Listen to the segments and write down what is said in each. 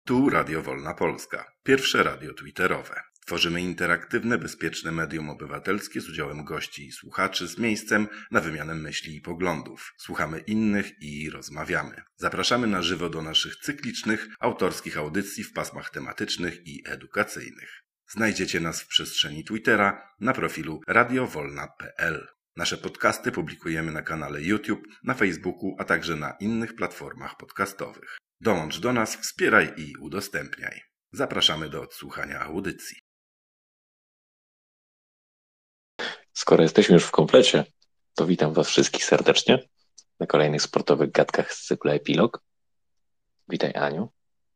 Tu Radio Wolna Polska, pierwsze radio twitterowe. Tworzymy interaktywne, bezpieczne medium obywatelskie z udziałem gości i słuchaczy z miejscem na wymianę myśli i poglądów. Słuchamy innych i rozmawiamy. Zapraszamy na żywo do naszych cyklicznych, autorskich audycji w pasmach tematycznych i edukacyjnych. Znajdziecie nas w przestrzeni Twittera na profilu radiowolna.pl. Nasze podcasty publikujemy na kanale YouTube, na Facebooku, a także na innych platformach podcastowych. Dołącz do nas, wspieraj i udostępniaj. Zapraszamy do odsłuchania audycji. Skoro jesteśmy już w komplecie, to witam Was wszystkich serdecznie na kolejnych sportowych gadkach z cyklu Epilog. Witaj, Aniu.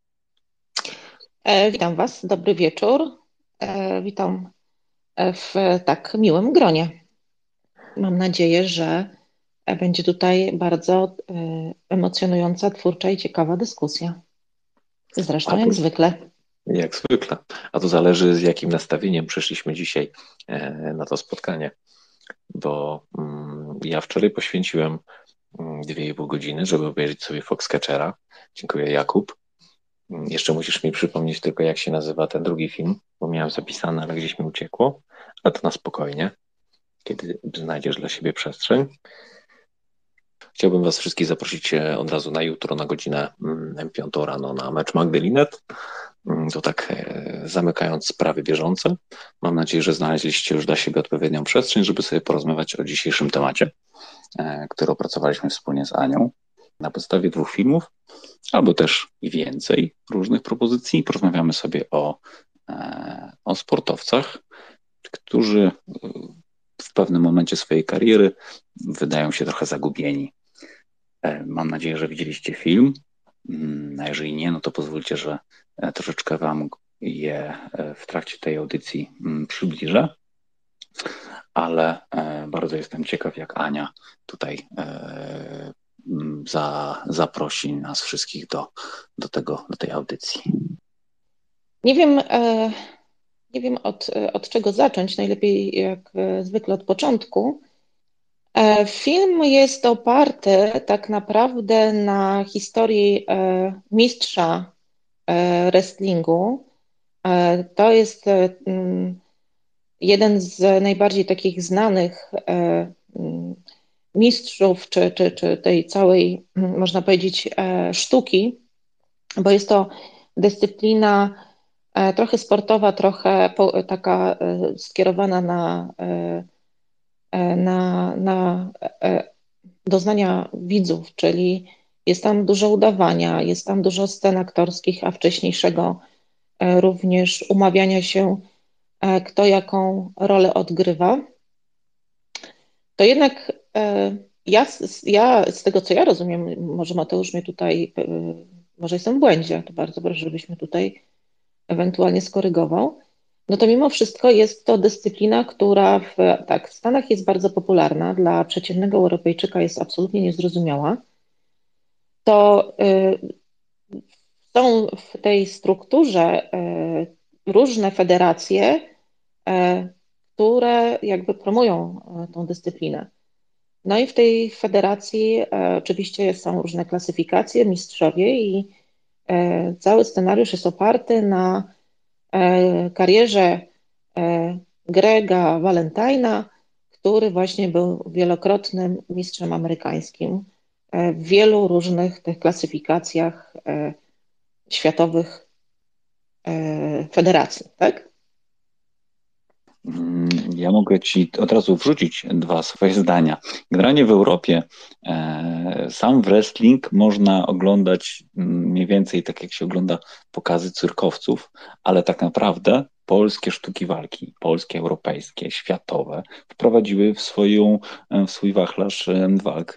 Witam Was, dobry wieczór. Witam w tak miłym gronie. Mam nadzieję, że będzie tutaj bardzo emocjonująca, twórcza i ciekawa dyskusja. Zresztą jak zwykle. Jak zwykle. A to zależy, z jakim nastawieniem przyszliśmy dzisiaj na to spotkanie. Bo ja wczoraj poświęciłem 2,5 godziny, żeby obejrzeć sobie Foxcatchera. Dziękuję, Jakub. Jeszcze musisz mi przypomnieć tylko, jak się nazywa ten drugi film, bo miałem zapisane, ale gdzieś mi uciekło. Ale to na spokojnie, kiedy znajdziesz dla siebie przestrzeń. Chciałbym Was wszystkich zaprosić od razu na jutro na godzinę 5 rano na mecz Magdalinet. To tak zamykając sprawy bieżące. Mam nadzieję, że znaleźliście już dla siebie odpowiednią przestrzeń, żeby sobie porozmawiać o dzisiejszym temacie, który opracowaliśmy wspólnie z Anią na podstawie 2 filmów, albo też i więcej różnych propozycji. Porozmawiamy sobie o sportowcach, którzy w pewnym momencie swojej kariery wydają się trochę zagubieni. Mam nadzieję, że widzieliście film. A jeżeli nie, no to pozwólcie, że troszeczkę Wam je w trakcie tej audycji przybliżę. Ale bardzo jestem ciekaw, jak Ania tutaj zaprosi nas wszystkich do tej audycji. Nie wiem od czego zacząć, najlepiej jak zwykle od początku. Film jest oparty tak naprawdę na historii mistrza wrestlingu. To jest jeden z najbardziej takich znanych mistrzów, czy tej całej, można powiedzieć, sztuki, bo jest to dyscyplina trochę sportowa, trochę taka skierowana na doznania widzów, czyli jest tam dużo udawania, jest tam dużo scen aktorskich, a wcześniejszego również umawiania się, kto jaką rolę odgrywa. To jednak ja z tego, co ja rozumiem, może Mateusz mnie tutaj, może jestem w błędzie, to bardzo proszę, żebyś mnie tutaj ewentualnie skorygował. No to mimo wszystko jest to dyscyplina, która w Stanach jest bardzo popularna, dla przeciętnego Europejczyka jest absolutnie niezrozumiała. To są w tej strukturze różne federacje, które jakby promują tą dyscyplinę. No i w tej federacji oczywiście są różne klasyfikacje, mistrzowie i cały scenariusz jest oparty na karierze Grega Valentine'a, który właśnie był wielokrotnym mistrzem amerykańskim w wielu różnych tych klasyfikacjach światowych federacji, tak? Ja mogę Ci od razu wrzucić 2 swoje zdania. Generalnie w Europie sam wrestling można oglądać mniej więcej tak, jak się ogląda pokazy cyrkowców, ale tak naprawdę polskie sztuki walki, polskie, europejskie, światowe, wprowadziły w swój wachlarz walk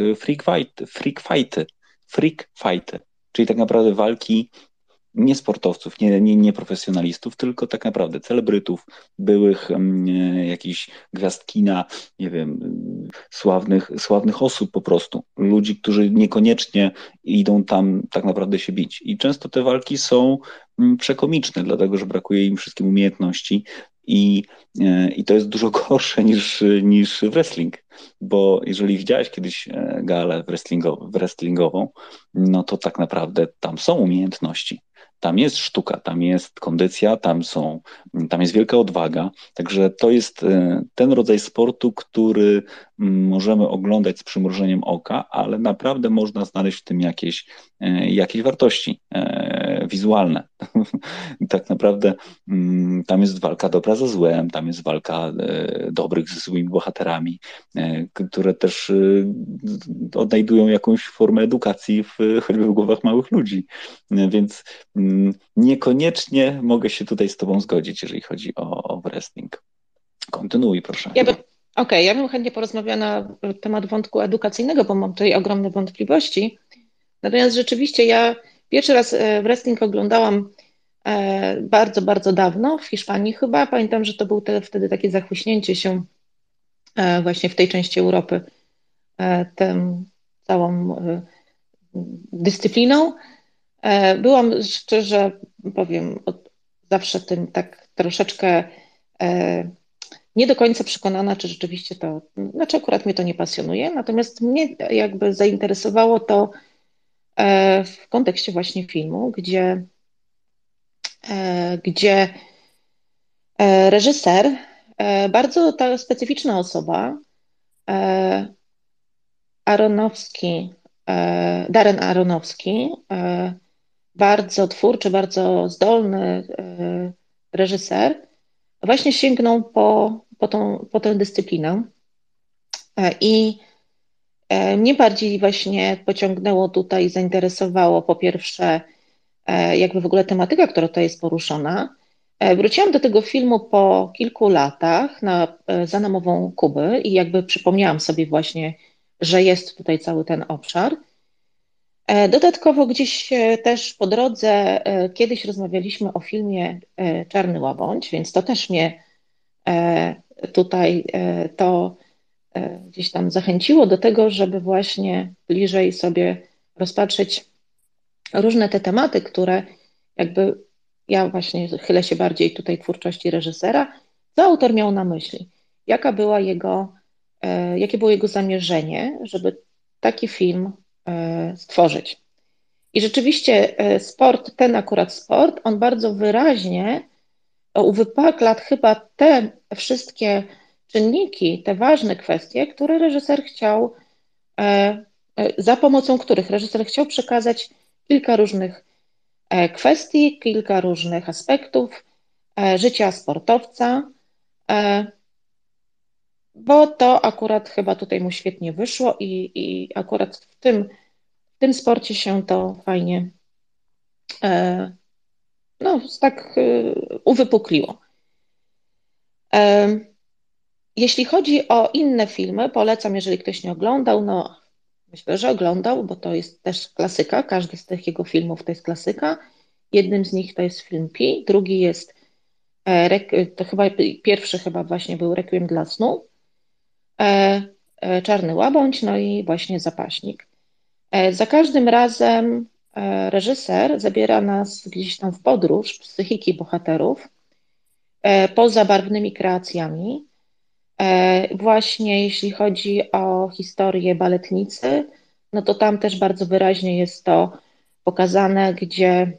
freak fighty, czyli tak naprawdę walki nie sportowców, nie profesjonalistów, tylko tak naprawdę celebrytów, byłych jakichś gwiazd kina, nie wiem, sławnych osób po prostu. Ludzi, którzy niekoniecznie idą tam tak naprawdę się bić. I często te walki są przekomiczne, dlatego że brakuje im wszystkim umiejętności i to jest dużo gorsze niż wrestling, bo jeżeli widziałeś kiedyś galę wrestlingową, no to tak naprawdę tam są umiejętności. tam jest sztuka, tam jest kondycja, tam jest wielka odwaga. Także to jest ten rodzaj sportu, który możemy oglądać z przymrużeniem oka, ale naprawdę można znaleźć w tym jakieś wartości wizualne. Tak naprawdę tam jest walka dobra ze złem, tam jest walka dobrych ze złymi bohaterami, które też odnajdują jakąś formę edukacji choćby w głowach małych ludzi. Więc niekoniecznie mogę się tutaj z Tobą zgodzić, jeżeli chodzi o wrestling. Kontynuuj, proszę. Ja bym chętnie porozmawiała na temat wątku edukacyjnego, bo mam tutaj ogromne wątpliwości. Natomiast rzeczywiście ja pierwszy raz wrestling oglądałam bardzo, bardzo dawno, w Hiszpanii chyba. Pamiętam, że to było wtedy takie zachłyśnięcie się właśnie w tej części Europy tą całą dyscypliną. Byłam, szczerze powiem, zawsze tym tak troszeczkę nie do końca przekonana, czy rzeczywiście to, znaczy akurat mnie to nie pasjonuje, natomiast mnie jakby zainteresowało to w kontekście właśnie filmu, gdzie reżyser, bardzo ta specyficzna osoba, Darren Aronofsky, bardzo twórczy, bardzo zdolny reżyser, właśnie sięgnął po tę dyscyplinę. I mnie bardziej właśnie pociągnęło tutaj, zainteresowało po pierwsze jakby w ogóle tematyka, która tutaj jest poruszona. Wróciłam do tego filmu po kilku latach za namową Kuby i jakby przypomniałam sobie właśnie, że jest tutaj cały ten obszar. Dodatkowo gdzieś też po drodze kiedyś rozmawialiśmy o filmie Czarny Łabędź, więc to też mnie tutaj to gdzieś tam zachęciło do tego, żeby właśnie bliżej sobie rozpatrzeć różne te tematy, które jakby ja właśnie chylę się bardziej tutaj twórczości reżysera, co autor miał na myśli, jakie było jego zamierzenie, żeby taki film stworzyć. I rzeczywiście ten akurat sport, on bardzo wyraźnie uwypakla chyba te wszystkie czynniki, te ważne kwestie, które reżyser chciał, za pomocą których reżyser chciał przekazać kilka różnych kwestii, kilka różnych aspektów życia sportowca, bo to akurat chyba tutaj mu świetnie wyszło i akurat w tym sporcie się to fajnie tak uwypukliło. Jeśli chodzi o inne filmy, polecam, jeżeli ktoś nie oglądał, myślę, że oglądał, bo to jest też klasyka, każdy z tych jego filmów to jest klasyka. Jednym z nich to jest film Pi, drugi jest, to chyba pierwszy chyba właśnie był Requiem dla snu, Czarny Łabędź, no i właśnie Zapaśnik. Za każdym razem reżyser zabiera nas gdzieś tam w podróż psychiki bohaterów poza barwnymi kreacjami. Właśnie jeśli chodzi o historię baletnicy, no to tam też bardzo wyraźnie jest to pokazane, gdzie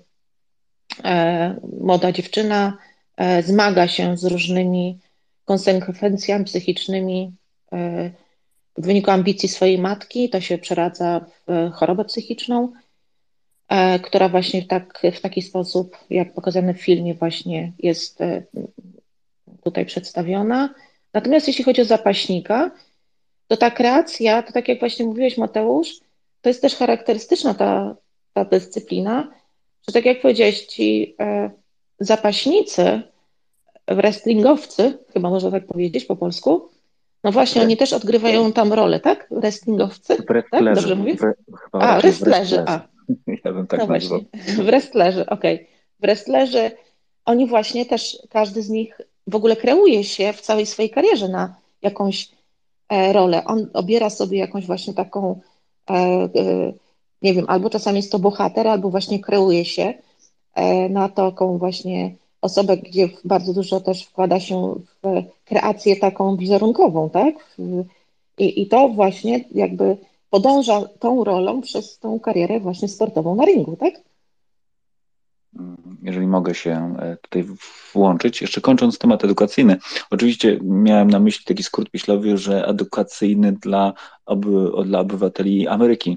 młoda dziewczyna zmaga się z różnymi konsekwencjami psychicznymi w wyniku ambicji swojej matki. To się przeradza w chorobę psychiczną, która właśnie w taki sposób, jak pokazane w filmie, właśnie jest tutaj przedstawiona. Natomiast jeśli chodzi o Zapaśnika, to ta kreacja, to tak jak właśnie mówiłeś, Mateusz, to jest też charakterystyczna ta dyscyplina, że tak jak powiedziałeś, ci zapaśnicy, wrestlingowcy, chyba można tak powiedzieć po polsku, no właśnie, oni też odgrywają tam rolę, tak? Wrestlingowcy, tak? Dobrze mówię? Wrestlerzy, Ja bym tak no nazwał. właśnie, wrestlerzy, okej. Wrestlerzy, oni właśnie też, każdy z nich w ogóle kreuje się w całej swojej karierze na jakąś rolę. On obiera sobie jakąś właśnie taką, nie wiem, albo czasami jest to bohater, albo właśnie kreuje się na taką właśnie osobę, gdzie bardzo dużo też wkłada się w kreację taką wizerunkową, tak? I to właśnie jakby podąża tą rolą przez tą karierę właśnie sportową na ringu, tak? jeżeli mogę się tutaj włączyć. Jeszcze kończąc temat edukacyjny, oczywiście miałem na myśli taki skrót myślowy, że edukacyjny dla obywateli Ameryki.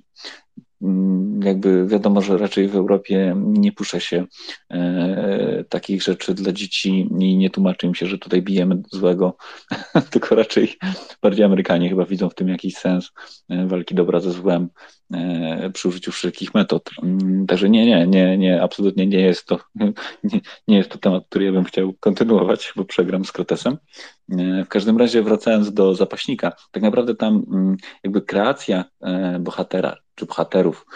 Jakby wiadomo, że raczej w Europie nie puszcza się takich rzeczy dla dzieci i nie tłumaczy im się, że tutaj bijemy złego, tylko raczej bardziej Amerykanie chyba widzą w tym jakiś sens walki dobra ze złem przy użyciu wszelkich metod. Także nie, absolutnie nie jest to, nie jest to temat, który ja bym chciał kontynuować, bo przegram z Kretesem. W każdym razie wracając do zapaśnika, tak naprawdę tam jakby kreacja bohatera czy bohaterów,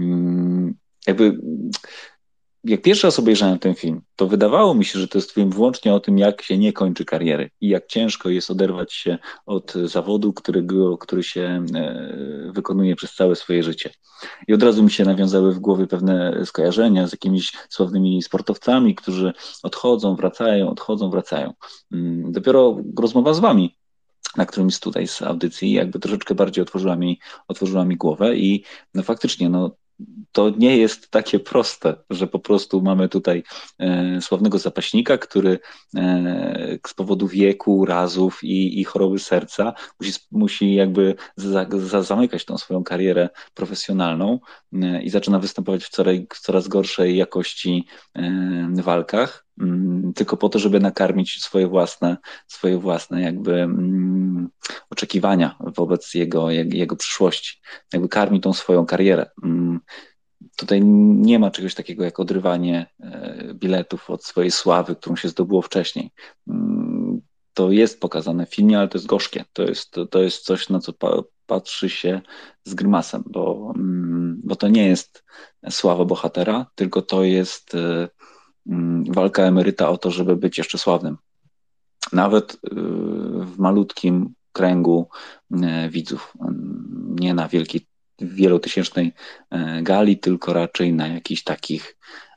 jakby jak pierwszy raz obejrzałem ten film, to wydawało mi się, że to jest film wyłącznie o tym, jak się nie kończy kariery i jak ciężko jest oderwać się od zawodu, który się wykonuje przez całe swoje życie. I od razu mi się nawiązały w głowie pewne skojarzenia z jakimiś sławnymi sportowcami, którzy odchodzą, wracają. Dopiero rozmowa z wami na którymś tutaj z audycji jakby troszeczkę bardziej otworzyła mi głowę i no faktycznie to nie jest takie proste, że po prostu mamy tutaj sławnego zapaśnika, który z powodu wieku, urazów i choroby serca musi jakby zamykać tą swoją karierę profesjonalną i zaczyna występować w coraz gorszej jakości walkach, tylko po to, żeby nakarmić swoje własne jakby oczekiwania wobec jego przyszłości. Jakby karmi tą swoją karierę. Tutaj nie ma czegoś takiego jak odrywanie biletów od swojej sławy, którą się zdobyło wcześniej. To jest pokazane w filmie, ale to jest gorzkie. To jest coś, na co patrzy się z grymasem, bo to nie jest sława bohatera, tylko to jest walka emeryta o to, żeby być jeszcze sławnym. Nawet w malutkim kręgu widzów, nie na wielotysięcznej gali, tylko raczej na jakichś takich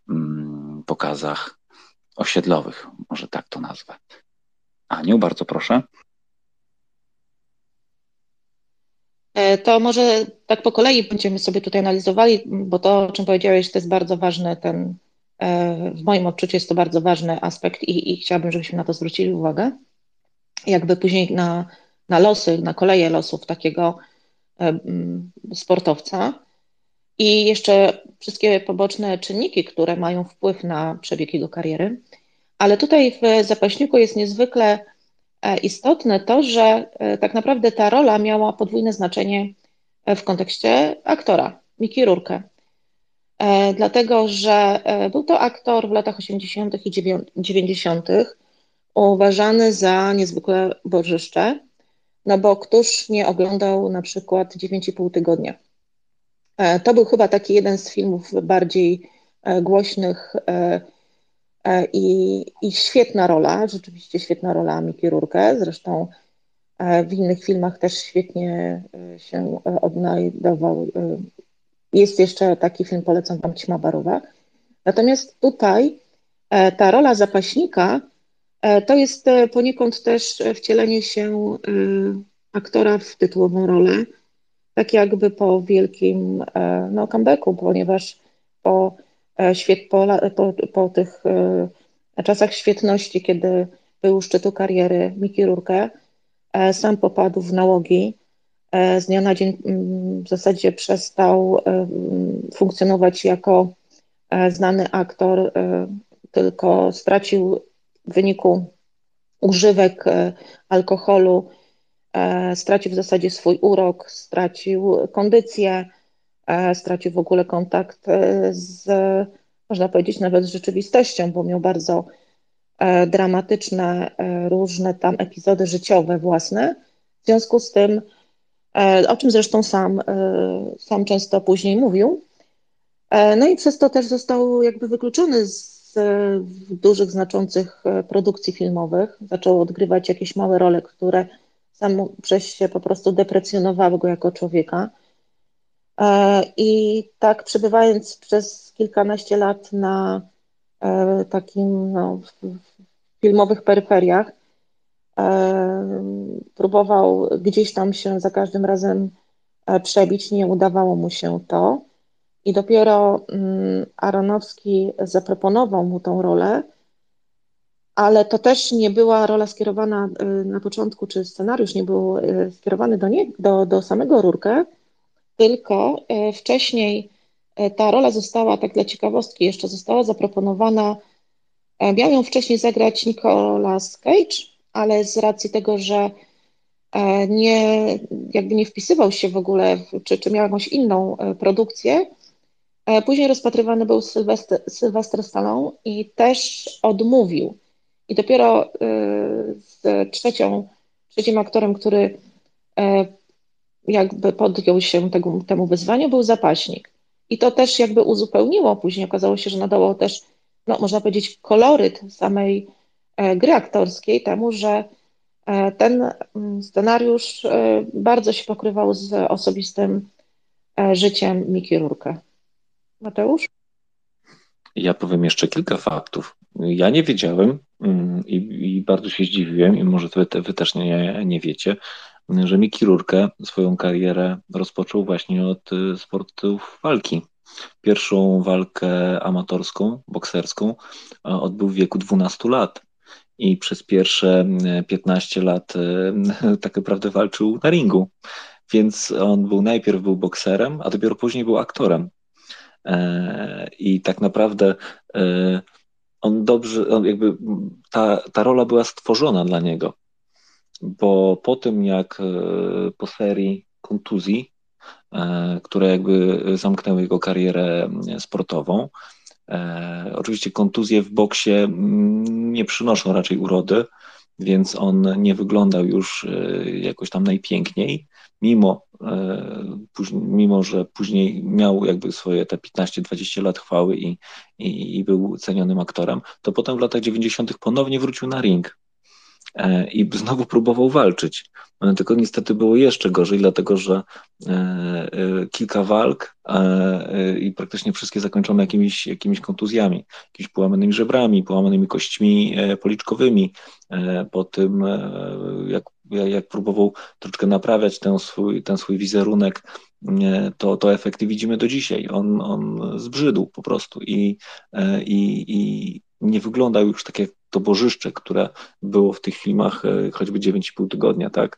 pokazach osiedlowych, może tak to nazwę. Aniu, bardzo proszę. To może tak po kolei będziemy sobie tutaj analizowali, bo to, o czym powiedziałeś, to jest bardzo ważny w moim odczuciu jest to bardzo ważny aspekt i chciałabym, żebyśmy na to zwrócili uwagę. Jakby później na losy, na koleje losów takiego sportowca i jeszcze wszystkie poboczne czynniki, które mają wpływ na przebieg jego kariery. Ale tutaj w Zapaśniku jest niezwykle istotne to, że tak naprawdę ta rola miała podwójne znaczenie w kontekście aktora, Mickey Rourke. Dlatego, że był to aktor w latach 80. i 90. uważany za niezwykle bożyszcze, no bo któż nie oglądał na przykład 9,5 tygodnia. To był chyba taki jeden z filmów bardziej głośnych i świetna rola, rzeczywiście świetna rola Mickey Rourke, zresztą w innych filmach też świetnie się odnajdował. Jest jeszcze taki film, polecam wam, Ćma Barowa. Natomiast tutaj ta rola zapaśnika to jest poniekąd też wcielenie się aktora w tytułową rolę, tak jakby po wielkim comebacku, ponieważ po tych czasach świetności, kiedy był u szczytu kariery Mickey Rourke, sam popadł w nałogi. Z dnia na dzień w zasadzie przestał funkcjonować jako znany aktor, tylko stracił w wyniku używek alkoholu, stracił w zasadzie swój urok, stracił kondycję, stracił w ogóle kontakt można powiedzieć, nawet z rzeczywistością, bo miał bardzo dramatyczne różne tam epizody życiowe własne. W związku z tym, o czym zresztą sam często później mówił, no i przez to też został jakby wykluczony z dużych, znaczących produkcji filmowych. Zaczął odgrywać jakieś małe role, które sam przez się po prostu deprecjonowały go jako człowieka. I tak przebywając przez kilkanaście lat na takim filmowych peryferiach, próbował gdzieś tam się za każdym razem przebić, nie udawało mu się to. i dopiero Aronofsky zaproponował mu tą rolę, ale to też nie była rola skierowana na początku, czy scenariusz nie był skierowany do samego Rurke, tylko wcześniej ta rola została, tak dla ciekawostki jeszcze, została zaproponowana, miał ją wcześniej zagrać Nicolas Cage, ale z racji tego, że nie, jakby nie wpisywał się w ogóle, czy miał jakąś inną produkcję, później rozpatrywany był Sylvester Stallone i też odmówił. I dopiero z trzecim aktorem, który jakby podjął się temu wyzwaniu, był Zapaśnik. I to też jakby uzupełniło, później okazało się, że nadało też, no, można powiedzieć, koloryt samej gry aktorskiej temu, że ten scenariusz bardzo się pokrywał z osobistym życiem Mickey Rourke. Mateusz? Ja powiem jeszcze kilka faktów. Ja nie wiedziałem i bardzo się zdziwiłem, i może wy też nie wiecie, że Mickey Rourke swoją karierę rozpoczął właśnie od sportów walki. Pierwszą walkę amatorską, bokserską odbył w wieku 12 lat i przez pierwsze 15 lat tak naprawdę walczył na ringu. Więc on najpierw był bokserem, a dopiero później był aktorem. I tak naprawdę jakby ta rola była stworzona dla niego, bo po tym jak po serii kontuzji, które jakby zamknęły jego karierę sportową, oczywiście kontuzje w boksie nie przynoszą raczej urody, więc on nie wyglądał już jakoś tam najpiękniej, mimo że później miał jakby swoje te 15-20 lat chwały i był cenionym aktorem, to potem w latach 90. ponownie wrócił na ring i znowu próbował walczyć. Tylko niestety było jeszcze gorzej, dlatego że kilka walk i praktycznie wszystkie zakończone jakimiś kontuzjami, jakimiś połamanymi żebrami, połamanymi kośćmi policzkowymi. Po tym, jak próbował troszeczkę naprawiać ten swój wizerunek, to efekty widzimy do dzisiaj. On zbrzydł po prostu i nie wyglądał już tak jak to bożyszcze, które było w tych filmach choćby 9,5 tygodnia, tak?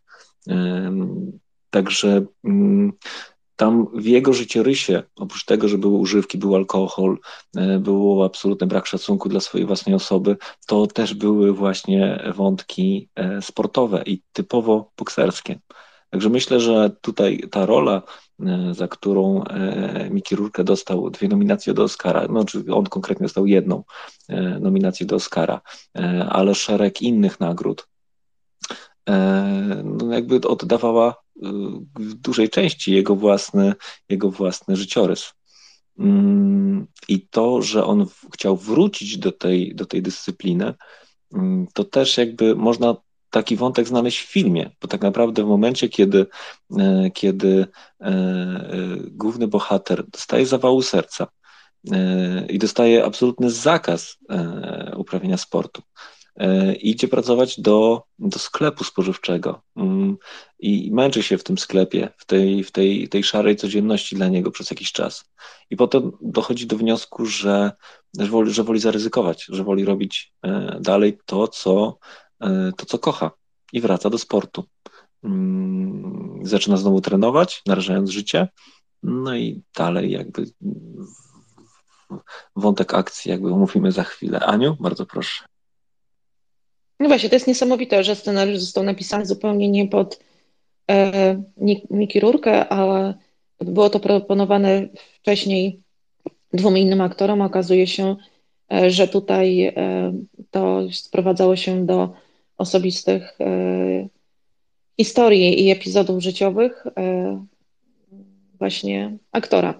Także tam w jego życiorysie, oprócz tego, że były używki, był alkohol, był absolutny brak szacunku dla swojej własnej osoby, to też były właśnie wątki sportowe i typowo bokserskie. Także myślę, że tutaj ta rola, za którą Mickey Rourke dostał 2 nominacje do Oscara, no czy on konkretnie dostał 1 nominację do Oscara, ale szereg innych nagród, no jakby oddawała w dużej części jego własny życiorys. I to, że on chciał wrócić do tej dyscypliny, to też jakby można taki wątek znaleźć w filmie, bo tak naprawdę w momencie, kiedy główny bohater dostaje zawału serca i dostaje absolutny zakaz uprawiania sportu, idzie pracować do sklepu spożywczego i męczy się w tym sklepie, w tej szarej codzienności dla niego przez jakiś czas. I potem dochodzi do wniosku, że woli zaryzykować, że woli robić dalej to, co kocha i wraca do sportu. Zaczyna znowu trenować, narażając życie, no i dalej jakby wątek akcji jakby omówimy za chwilę. Aniu, bardzo proszę. No właśnie, to jest niesamowite, że scenariusz został napisany zupełnie nie pod Mickey Rourke, ale było to proponowane wcześniej 2 innym aktorom. Okazuje się, że tutaj to sprowadzało się do osobistych historii i epizodów życiowych właśnie aktora.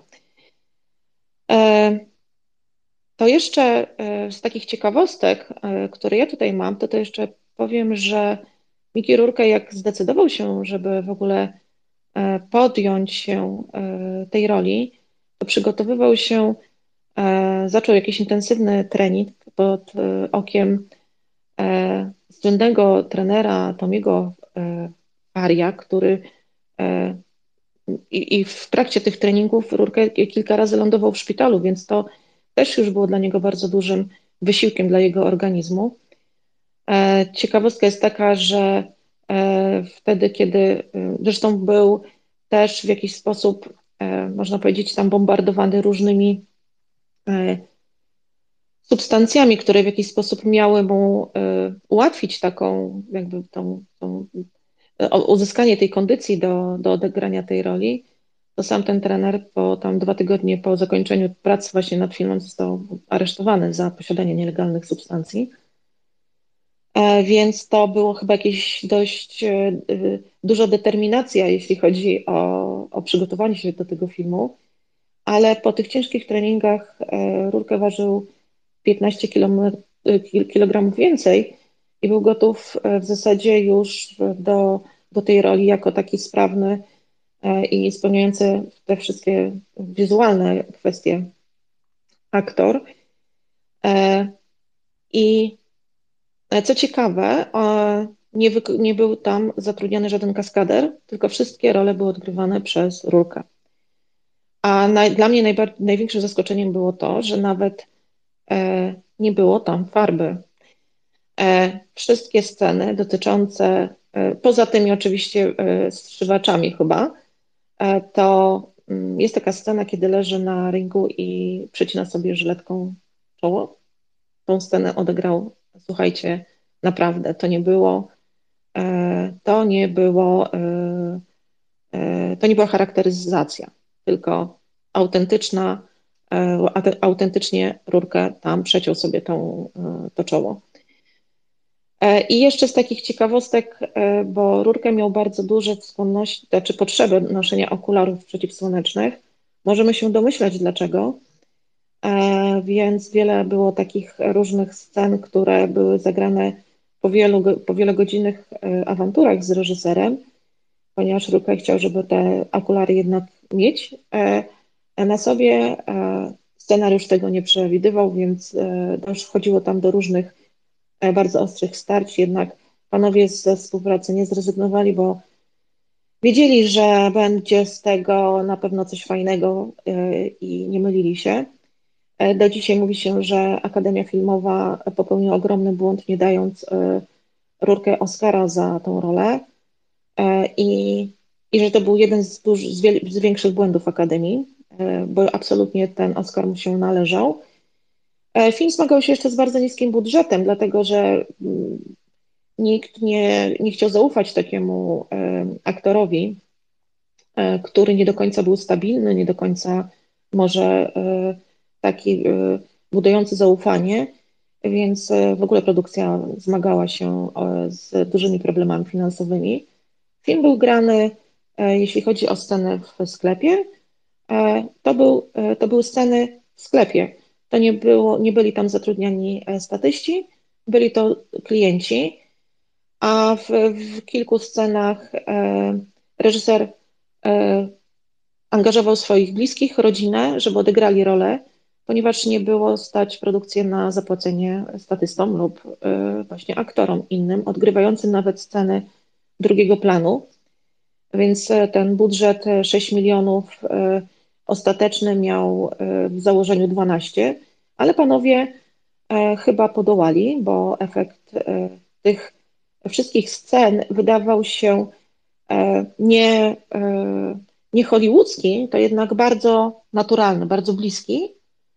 To jeszcze z takich ciekawostek, które ja tutaj mam, to jeszcze powiem, że Mickey Rourke, jak zdecydował się, żeby w ogóle podjąć się tej roli, to przygotowywał się, zaczął jakiś intensywny trening pod okiem słynnego trenera Tomiego Faria, który i w trakcie tych treningów Rurke kilka razy lądował w szpitalu, więc to też już było dla niego bardzo dużym wysiłkiem dla jego organizmu. Ciekawostka jest taka, że wtedy, kiedy zresztą był też w jakiś sposób, można powiedzieć, tam bombardowany różnymi substancjami, które w jakiś sposób miały mu ułatwić taką, jakby uzyskanie tej kondycji do odegrania tej roli, to sam ten trener po tam 2 tygodnie po zakończeniu prac właśnie nad filmem został aresztowany za posiadanie nielegalnych substancji. Więc to było chyba jakieś dość duża determinacja, jeśli chodzi o przygotowanie się do tego filmu, ale po tych ciężkich treningach Rurke ważył 15 kg więcej i był gotów w zasadzie już do tej roli jako taki sprawny i spełniający te wszystkie wizualne kwestie aktor. I co ciekawe, nie był tam zatrudniony żaden kaskader, tylko wszystkie role były odgrywane przez Rurkę. A dla mnie największym zaskoczeniem było to, że nawet nie było tam farby. Wszystkie sceny dotyczące, poza tymi oczywiście strzywaczami chyba, to jest taka scena, kiedy leży na ringu i przecina sobie żyletką czoło. Tą scenę odegrał, słuchajcie, naprawdę, to nie była charakteryzacja, tylko autentycznie Rurkę tam przeciął sobie to czoło. I jeszcze z takich ciekawostek, bo Rurkę miał bardzo duże skłonności, znaczy potrzebę noszenia okularów przeciwsłonecznych. Możemy się domyślać dlaczego, więc wiele było takich różnych scen, które były zagrane po wielogodzinnych awanturach z reżyserem, ponieważ Rurkę chciał, żeby te okulary jednak mieć na sobie. Scenariusz tego nie przewidywał, więc dochodziło tam do różnych bardzo ostrych starć, jednak panowie ze współpracy nie zrezygnowali, bo wiedzieli, że będzie z tego na pewno coś fajnego i nie mylili się. Do dzisiaj mówi się, że Akademia Filmowa popełniła ogromny błąd, nie dając Rurkę Oscara za tą rolę i że to był jeden z większych błędów Akademii, bo absolutnie ten Oscar mu się należał. Film zmagał się jeszcze z bardzo niskim budżetem, dlatego że nikt nie chciał zaufać takiemu aktorowi, który nie do końca był stabilny, nie do końca może taki budujący zaufanie, więc w ogóle produkcja zmagała się z dużymi problemami finansowymi. Film był grany, jeśli chodzi o scenę w sklepie, to były sceny w sklepie. To nie byli tam zatrudniani statyści, byli to klienci, a w kilku scenach reżyser angażował swoich bliskich, rodzinę, żeby odegrali rolę, ponieważ nie było stać produkcję na zapłacenie statystom lub właśnie aktorom innym, odgrywającym nawet sceny drugiego planu. Więc ten budżet 6 milionów ostateczny miał w założeniu 12, ale panowie chyba podołali, bo efekt tych wszystkich scen wydawał się nie hollywoodzki, to jednak bardzo naturalny, bardzo bliski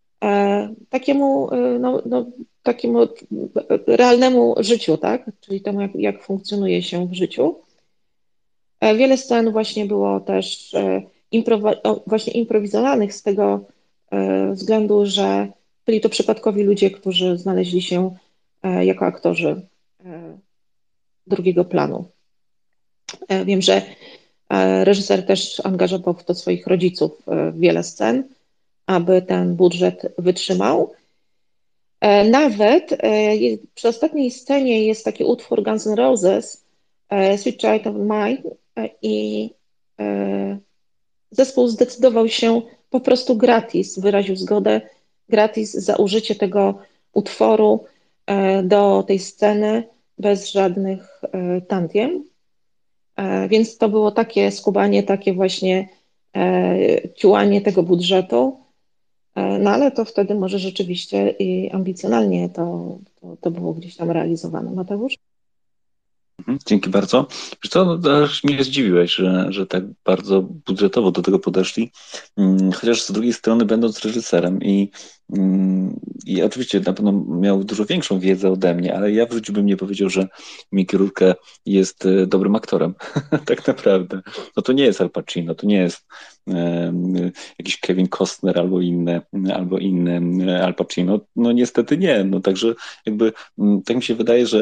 takiemu realnemu życiu, tak? Czyli temu, jak funkcjonuje się w życiu. Wiele scen właśnie było też właśnie improwizowanych z tego względu, że byli to przypadkowi ludzie, którzy znaleźli się jako aktorzy drugiego planu. Wiem, że reżyser też angażował w to swoich rodziców wiele scen, aby ten budżet wytrzymał. Nawet przy ostatniej scenie jest taki utwór Guns N' Roses, Sweet Child of Mine, i zespół zdecydował się po prostu gratis, wyraził zgodę gratis za użycie tego utworu do tej sceny bez żadnych tantiem. Więc to było takie skubanie, takie właśnie ciułanie tego budżetu, no ale to wtedy może rzeczywiście i ambicjonalnie to było gdzieś tam realizowane. Mateusz? Dzięki bardzo. Wiesz co, no, aż mnie zdziwiłeś, że tak bardzo budżetowo do tego podeszli, chociaż z drugiej strony będąc reżyserem i oczywiście na pewno miał dużo większą wiedzę ode mnie, ale ja w życiu bym nie powiedział, że Mickey Rourke jest dobrym aktorem, tak naprawdę. No to nie jest Al Pacino, to nie jest jakiś Kevin Costner albo inny Al Pacino. No niestety nie. No także jakby tak mi się wydaje, że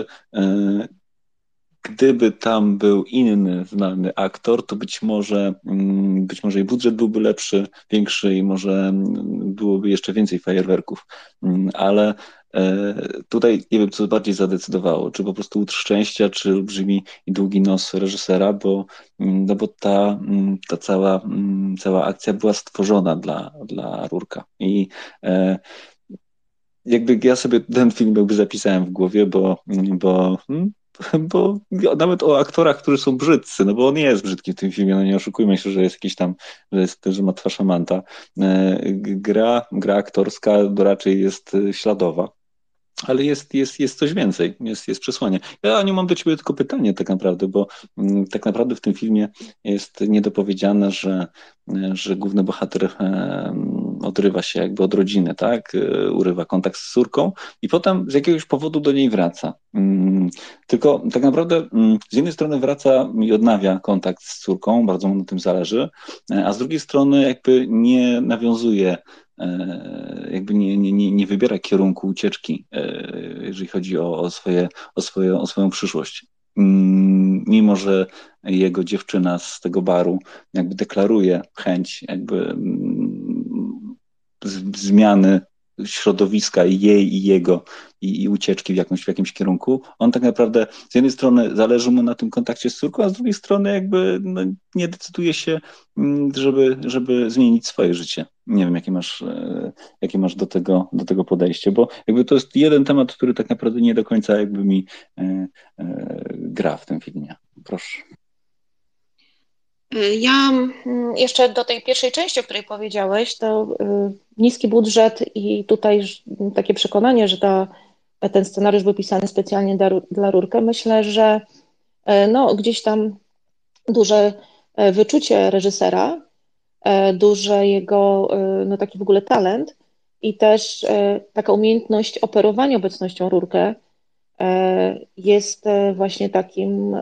gdyby tam był inny znany aktor, to być może i budżet byłby lepszy, większy i może byłoby jeszcze więcej fajerwerków. Ale tutaj nie wiem, co bardziej zadecydowało, czy po prostu łód szczęścia, czy olbrzymi i długi nos reżysera, bo ta cała akcja była stworzona dla Rurka. I jakby ja sobie ten film jakby zapisałem w głowie, bo nawet o aktorach, którzy są brzydcy, no bo on nie jest brzydki w tym filmie, no nie oszukujmy się, że jest jakiś tam, że ma twarz Amanta. Gra aktorska raczej jest śladowa. Ale jest coś więcej, jest przesłanie. Ja nie mam do ciebie tylko pytanie tak naprawdę, bo tak naprawdę w tym filmie jest niedopowiedziane, że główny bohater odrywa się jakby od rodziny, tak? Urywa kontakt z córką i potem z jakiegoś powodu do niej wraca. Tylko tak naprawdę z jednej strony wraca i odnawia kontakt z córką, bardzo mu na tym zależy, a z drugiej strony jakby nie nawiązuje, jakby nie wybiera kierunku ucieczki, jeżeli chodzi o swoją przyszłość. Mimo że jego dziewczyna z tego baru jakby deklaruje chęć jakby zmiany środowiska i jej i jego i ucieczki w jakimś kierunku. On tak naprawdę z jednej strony zależy mu na tym kontakcie z córką, a z drugiej strony jakby nie decyduje się, żeby zmienić swoje życie. Nie wiem, jakie masz do tego podejście, bo jakby to jest jeden temat, który tak naprawdę nie do końca jakby mi gra w tym filmie. Proszę. Ja jeszcze do tej pierwszej części, o której powiedziałeś, to niski budżet i tutaj takie przekonanie, że ten scenariusz był pisany specjalnie dla Rurke, myślę, że no, gdzieś tam duże wyczucie reżysera, duże jego no, taki w ogóle talent i też taka umiejętność operowania obecnością Rurke jest właśnie takim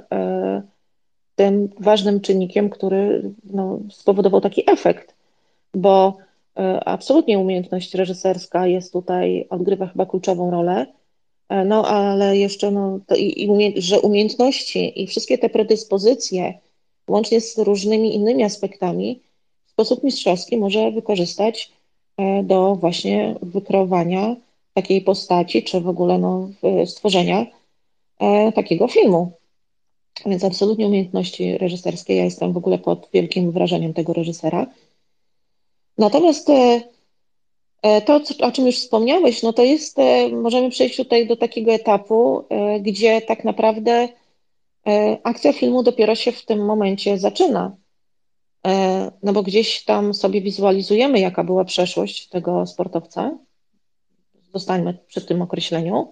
tym ważnym czynnikiem, który no, spowodował taki efekt, bo absolutnie umiejętność reżyserska jest tutaj, odgrywa chyba kluczową rolę, no ale jeszcze no, że umiejętności i wszystkie te predyspozycje, łącznie z różnymi innymi aspektami, w sposób mistrzowski może wykorzystać do właśnie wykreowania takiej postaci, czy w ogóle no, stworzenia takiego filmu. Więc absolutnie umiejętności reżyserskie. Ja jestem w ogóle pod wielkim wrażeniem tego reżysera. Natomiast to, o czym już wspomniałeś, no to jest, możemy przejść tutaj do takiego etapu, gdzie tak naprawdę akcja filmu dopiero się w tym momencie zaczyna. No bo gdzieś tam sobie wizualizujemy, jaka była przeszłość tego sportowca. Zostańmy przy tym określeniu.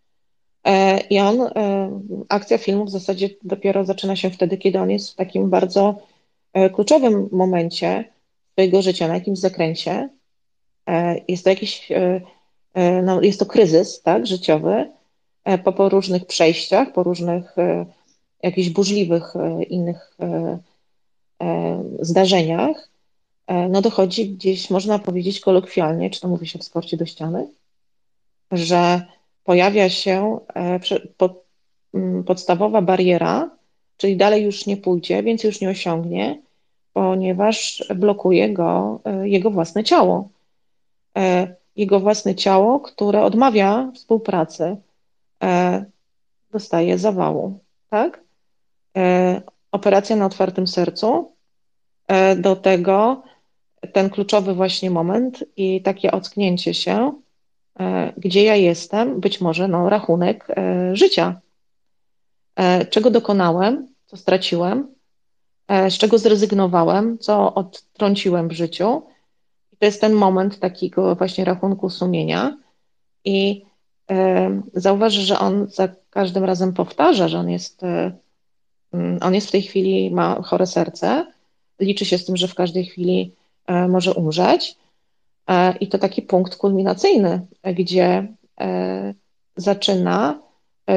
I akcja filmu w zasadzie dopiero zaczyna się wtedy, kiedy on jest w takim bardzo kluczowym momencie swojego życia, na jakimś zakręcie. Jest to no, jest to kryzys, tak, życiowy, po różnych przejściach, po różnych jakichś burzliwych innych zdarzeniach, no dochodzi gdzieś, można powiedzieć kolokwialnie, czy to mówi się w sporcie do ściany, że pojawia się podstawowa bariera, czyli dalej już nie pójdzie, więc już nie osiągnie, ponieważ blokuje go jego własne ciało. Jego własne ciało, które odmawia współpracy, dostaje zawału, tak? Operacja na otwartym sercu, do tego ten kluczowy właśnie moment i takie ocknięcie się, gdzie ja jestem, być może no, rachunek życia. Czego dokonałem, co straciłem, z czego zrezygnowałem, co odtrąciłem w życiu. I to jest ten moment takiego właśnie rachunku sumienia. I zauważ, że on za każdym razem powtarza, że on jest w tej chwili, ma chore serce, liczy się z tym, że w każdej chwili może umrzeć. I to taki punkt kulminacyjny, gdzie zaczyna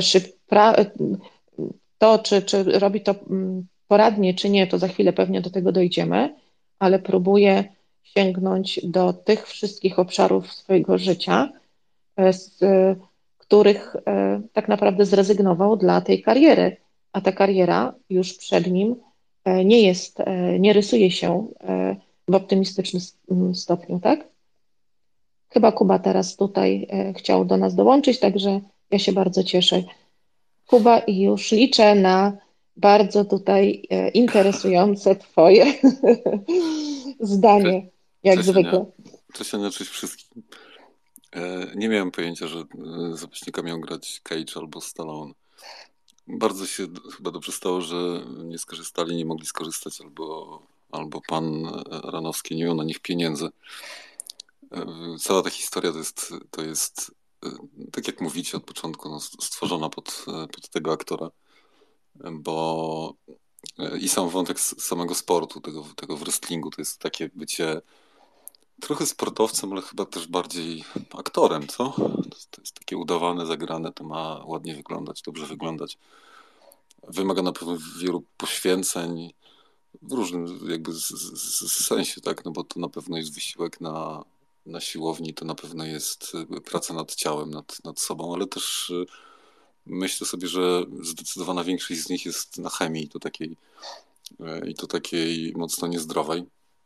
to, czy robi to poradnie, czy nie, to za chwilę pewnie do tego dojdziemy, ale próbuje sięgnąć do tych wszystkich obszarów swojego życia, z których tak naprawdę zrezygnował dla tej kariery, a ta kariera już przed nim nie rysuje się w optymistycznym stopniu, tak? Chyba Kuba teraz tutaj chciał do nas dołączyć, także ja się bardzo cieszę. Kuba, i już liczę na bardzo tutaj interesujące Twoje zdanie, jak zwykle. Cześć Ania, cześć wszystkim. Nie miałem pojęcia, że zapaśnika miał grać Cage albo Stallone. Bardzo się chyba dobrze stało, że nie skorzystali, nie mogli skorzystać, albo pan Aronofsky nie miał na nich pieniędzy. Cała ta historia to jest tak jak mówicie od początku, no, stworzona pod tego aktora, bo i sam wątek samego sportu, tego w wrestlingu, to jest takie bycie trochę sportowcem, ale chyba też bardziej aktorem, co? To jest takie udawane, zagrane, to ma ładnie wyglądać, dobrze wyglądać. Wymaga na pewno wielu poświęceń w różnym jakby sensie, tak? No bo to na pewno jest wysiłek na siłowni, to na pewno jest praca nad ciałem, nad sobą, ale też myślę sobie, że zdecydowana większość z nich jest na chemii i to takiej mocno niezdrowej.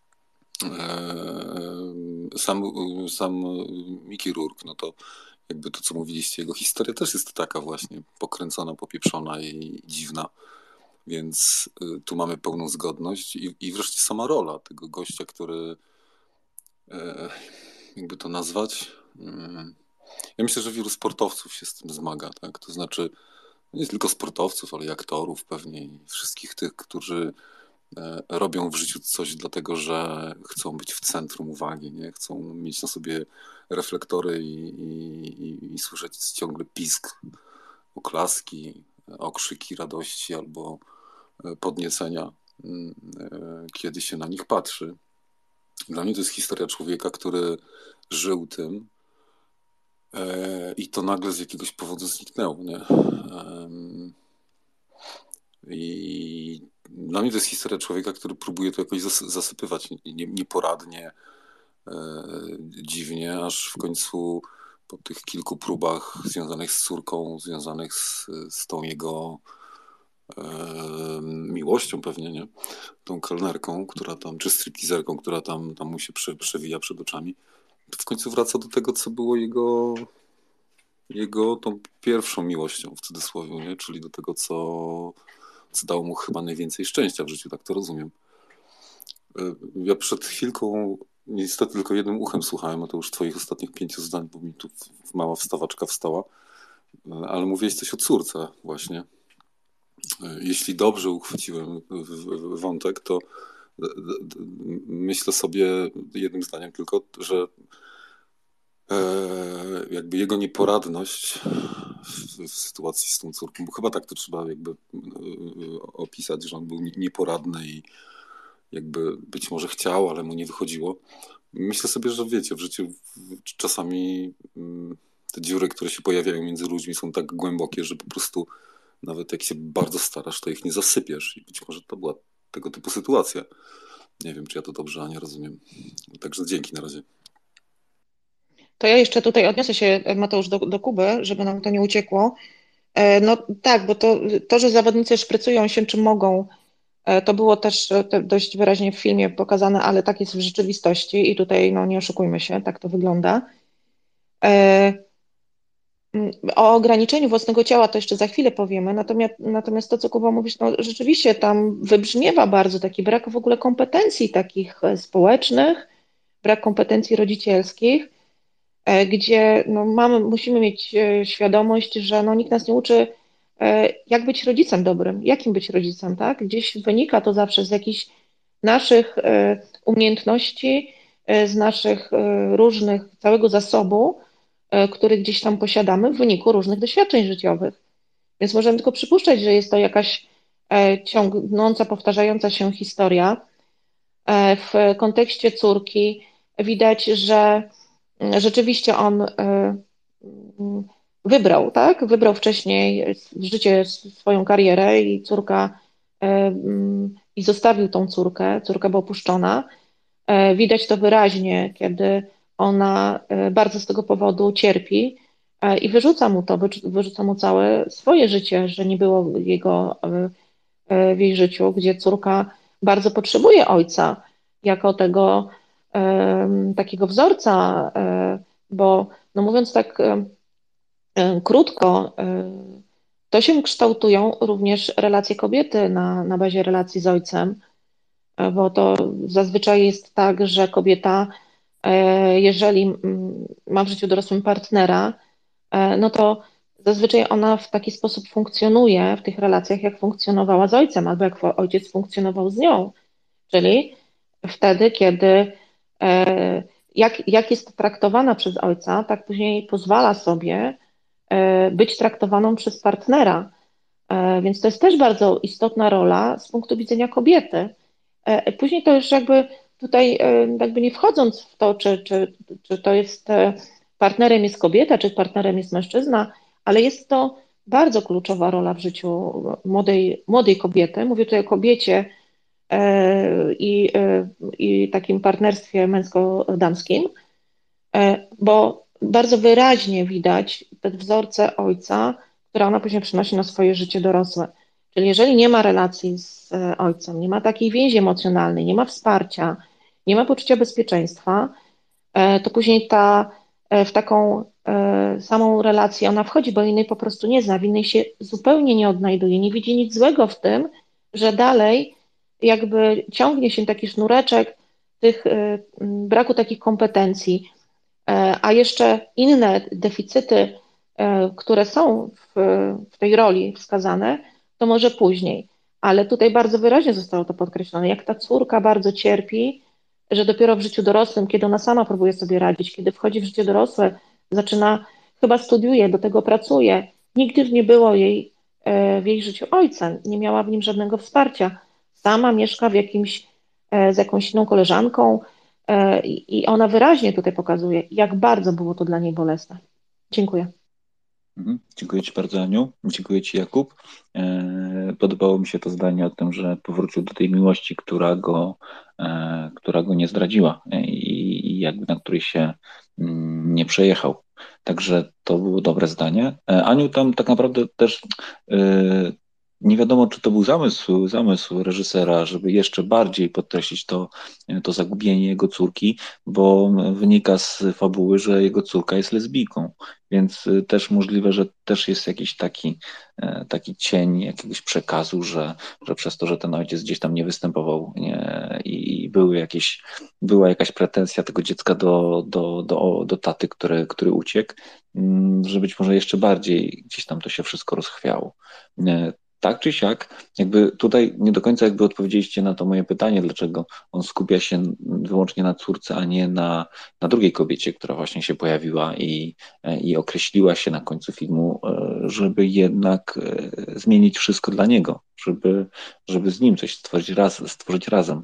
Sam Mickey Rourke, no to jakby to, co mówiliście, jego historia też jest taka właśnie pokręcona, popieprzona i dziwna, więc tu mamy pełną zgodność i wreszcie sama rola tego gościa, który jakby to nazwać. Ja myślę, że wielu sportowców się z tym zmaga, tak? To znaczy nie tylko sportowców, ale i aktorów pewnie i wszystkich tych, którzy robią w życiu coś dlatego, że chcą być w centrum uwagi, nie? Chcą mieć na sobie reflektory i słyszeć ciągle pisk, oklaski, okrzyki radości albo podniecenia, kiedy się na nich patrzy. Dla mnie to jest historia człowieka, który żył tym i to nagle z jakiegoś powodu zniknęło, nie? I dla mnie to jest historia człowieka, który próbuje to jakoś zasypywać nieporadnie, dziwnie, aż w końcu po tych kilku próbach związanych z córką, związanych z tą jego miłością pewnie, nie? Tą kelnerką, która tam, czy stripteaserką, która tam mu się przewija przed oczami, w końcu wraca do tego, co było jego tą pierwszą miłością, w cudzysłowie, nie? Czyli do tego, co dało mu chyba najwięcej szczęścia w życiu, tak to rozumiem. Ja przed chwilką niestety tylko jednym uchem słuchałem, a to już twoich ostatnich 5 zdań, bo mi tu mała wstawaczka wstała, ale mówiłeś coś o córce właśnie. Jeśli dobrze uchwyciłem wątek, to myślę sobie jednym zdaniem tylko, że jakby jego nieporadność w sytuacji z tą córką, bo chyba tak to trzeba jakby opisać, że on był nieporadny i jakby być może chciał, ale mu nie wychodziło. Myślę sobie, że wiecie, w życiu czasami te dziury, które się pojawiają między ludźmi, są tak głębokie, że po prostu nawet jak się bardzo starasz, to ich nie zasypiesz. I być może to była tego typu sytuacja. Nie wiem, czy ja to dobrze, a nie rozumiem. Także dzięki na razie. To ja jeszcze tutaj odniosę się, Mateusz, do Kuby, żeby nam to nie uciekło. No tak, bo to, że zawodnicy szprycują się czym mogą, to było też dość wyraźnie w filmie pokazane, ale tak jest w rzeczywistości i tutaj no, nie oszukujmy się, tak to wygląda. O ograniczeniu własnego ciała to jeszcze za chwilę powiemy, natomiast to, co Kuba mówisz, no rzeczywiście tam wybrzmiewa bardzo taki brak w ogóle kompetencji takich społecznych, brak kompetencji rodzicielskich, gdzie no musimy mieć świadomość, że no nikt nas nie uczy jak być rodzicem dobrym, jakim być rodzicem, tak? Gdzieś wynika to zawsze z jakichś naszych umiejętności, z naszych różnych, całego zasobu, który gdzieś tam posiadamy w wyniku różnych doświadczeń życiowych. Więc możemy tylko przypuszczać, że jest to jakaś ciągnąca, powtarzająca się historia. W kontekście córki widać, że rzeczywiście on wybrał, tak? Wybrał wcześniej życie, swoją karierę i córka i zostawił tą córkę. Córka była opuszczona. Widać to wyraźnie, kiedy ona bardzo z tego powodu cierpi i wyrzuca mu to, wyrzuca mu całe swoje życie, że nie było jego w jej życiu, gdzie córka bardzo potrzebuje ojca jako tego takiego wzorca, bo no mówiąc tak krótko, to się kształtują również relacje kobiety na bazie relacji z ojcem, bo to zazwyczaj jest tak, że kobieta, jeżeli ma w życiu dorosłym partnera, no to zazwyczaj ona w taki sposób funkcjonuje w tych relacjach, jak funkcjonowała z ojcem, albo jak ojciec funkcjonował z nią. Czyli wtedy, kiedy jak jest traktowana przez ojca, tak później pozwala sobie być traktowaną przez partnera. Więc to jest też bardzo istotna rola z punktu widzenia kobiety. Później to już jakby tutaj jakby nie wchodząc w to, czy to jest partnerem jest kobieta, czy partnerem jest mężczyzna, ale jest to bardzo kluczowa rola w życiu młodej kobiety. Mówię tutaj o kobiecie i takim partnerstwie męsko-damskim, bo bardzo wyraźnie widać te wzorce ojca, które ona później przynosi na swoje życie dorosłe. Czyli jeżeli nie ma relacji z ojcem, nie ma takiej więzi emocjonalnej, nie ma wsparcia, nie ma poczucia bezpieczeństwa, to później w taką samą relację ona wchodzi, bo innej po prostu nie zna, w innej się zupełnie nie odnajduje, nie widzi nic złego w tym, że dalej jakby ciągnie się taki sznureczek tych braku takich kompetencji, a jeszcze inne deficyty, które są w tej roli wskazane, to może później. Ale tutaj bardzo wyraźnie zostało to podkreślone, jak ta córka bardzo cierpi, że dopiero w życiu dorosłym, kiedy ona sama próbuje sobie radzić, kiedy wchodzi w życie dorosłe, zaczyna, chyba studiuje, do tego pracuje, nigdy nie było jej w jej życiu ojca, nie miała w nim żadnego wsparcia. Sama mieszka z jakąś inną koleżanką, i ona wyraźnie tutaj pokazuje, jak bardzo było to dla niej bolesne. Dziękuję. Dziękuję Ci bardzo, Aniu. Dziękuję Ci, Jakub. Podobało mi się to zdanie o tym, że powrócił do tej miłości, która go nie zdradziła i jakby na której się nie przejechał. Także to było dobre zdanie. Aniu, tam tak naprawdę też nie wiadomo, czy to był zamysł reżysera, żeby jeszcze bardziej podkreślić to zagubienie jego córki, bo wynika z fabuły, że jego córka jest lesbijką, więc też możliwe, że też jest jakiś taki cień jakiegoś przekazu, że przez to, że ten ojciec gdzieś tam nie występował i była jakaś pretensja tego dziecka do taty, który uciekł, że być może jeszcze bardziej gdzieś tam to się wszystko rozchwiało. Tak czy siak, jakby tutaj nie do końca jakby odpowiedzieliście na to moje pytanie, dlaczego on skupia się wyłącznie na córce, a nie na drugiej kobiecie, która właśnie się pojawiła i określiła się na końcu filmu, żeby jednak zmienić wszystko dla niego, żeby z nim coś stworzyć razem.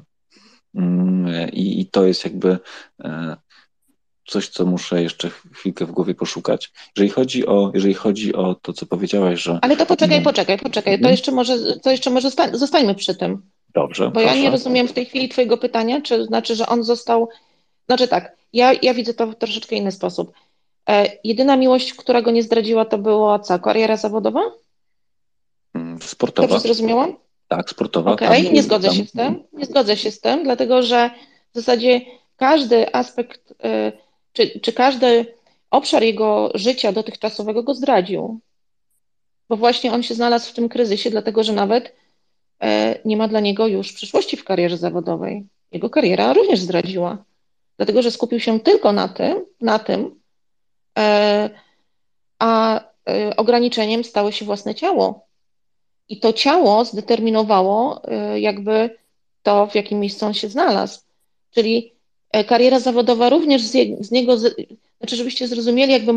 I to jest jakby coś, co muszę jeszcze chwilkę w głowie poszukać. Jeżeli chodzi o to, co powiedziałaś, że... Ale to poczekaj. To jeszcze może zostańmy przy tym. Dobrze, bo ja nie rozumiem w tej chwili twojego pytania, czy znaczy, że on został... Znaczy tak, ja widzę to w troszeczkę inny sposób. Jedyna miłość, która go nie zdradziła, to była co? Kariera zawodowa? Sportowa. Dobrze zrozumiałam? Tak, sportowa. Okej, nie zgodzę się z tym. Nie zgodzę się z tym, dlatego że w zasadzie każdy aspekt, czy każdy obszar jego życia dotychczasowego go zdradził. Bo właśnie on się znalazł w tym kryzysie, dlatego że nawet nie ma dla niego już przyszłości w karierze zawodowej. Jego kariera również zdradziła. Dlatego że skupił się tylko na tym, a ograniczeniem stało się własne ciało. I to ciało zdeterminowało jakby to, w jakim miejscu on się znalazł. Czyli kariera zawodowa również z niego, znaczy żebyście zrozumieli jakby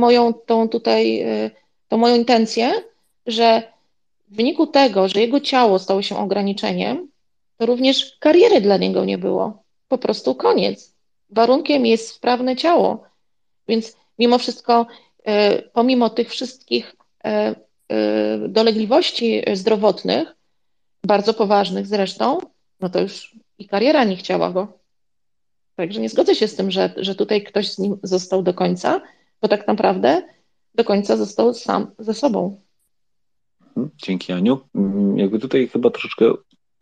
tą moją intencję, że w wyniku tego, że jego ciało stało się ograniczeniem, to również kariery dla niego nie było. Po prostu koniec. Warunkiem jest sprawne ciało. Więc mimo wszystko, pomimo tych wszystkich dolegliwości zdrowotnych, bardzo poważnych zresztą, no to już i kariera nie chciała go. Także nie zgodzę się z tym, że tutaj ktoś z nim został do końca, bo tak naprawdę do końca został sam ze sobą. Dzięki, Aniu. Jakby tutaj chyba troszeczkę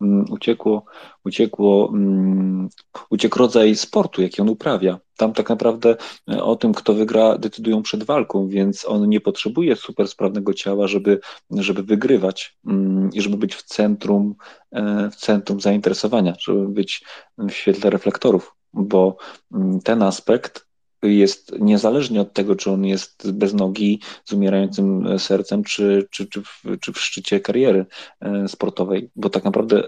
uciekł rodzaj sportu, jaki on uprawia. Tam tak naprawdę o tym, kto wygra, decydują przed walką, więc on nie potrzebuje super sprawnego ciała, żeby wygrywać i żeby być w centrum zainteresowania, żeby być w świetle reflektorów, bo ten aspekt jest niezależnie od tego, czy on jest bez nogi, z umierającym sercem, czy w szczycie kariery sportowej, bo tak naprawdę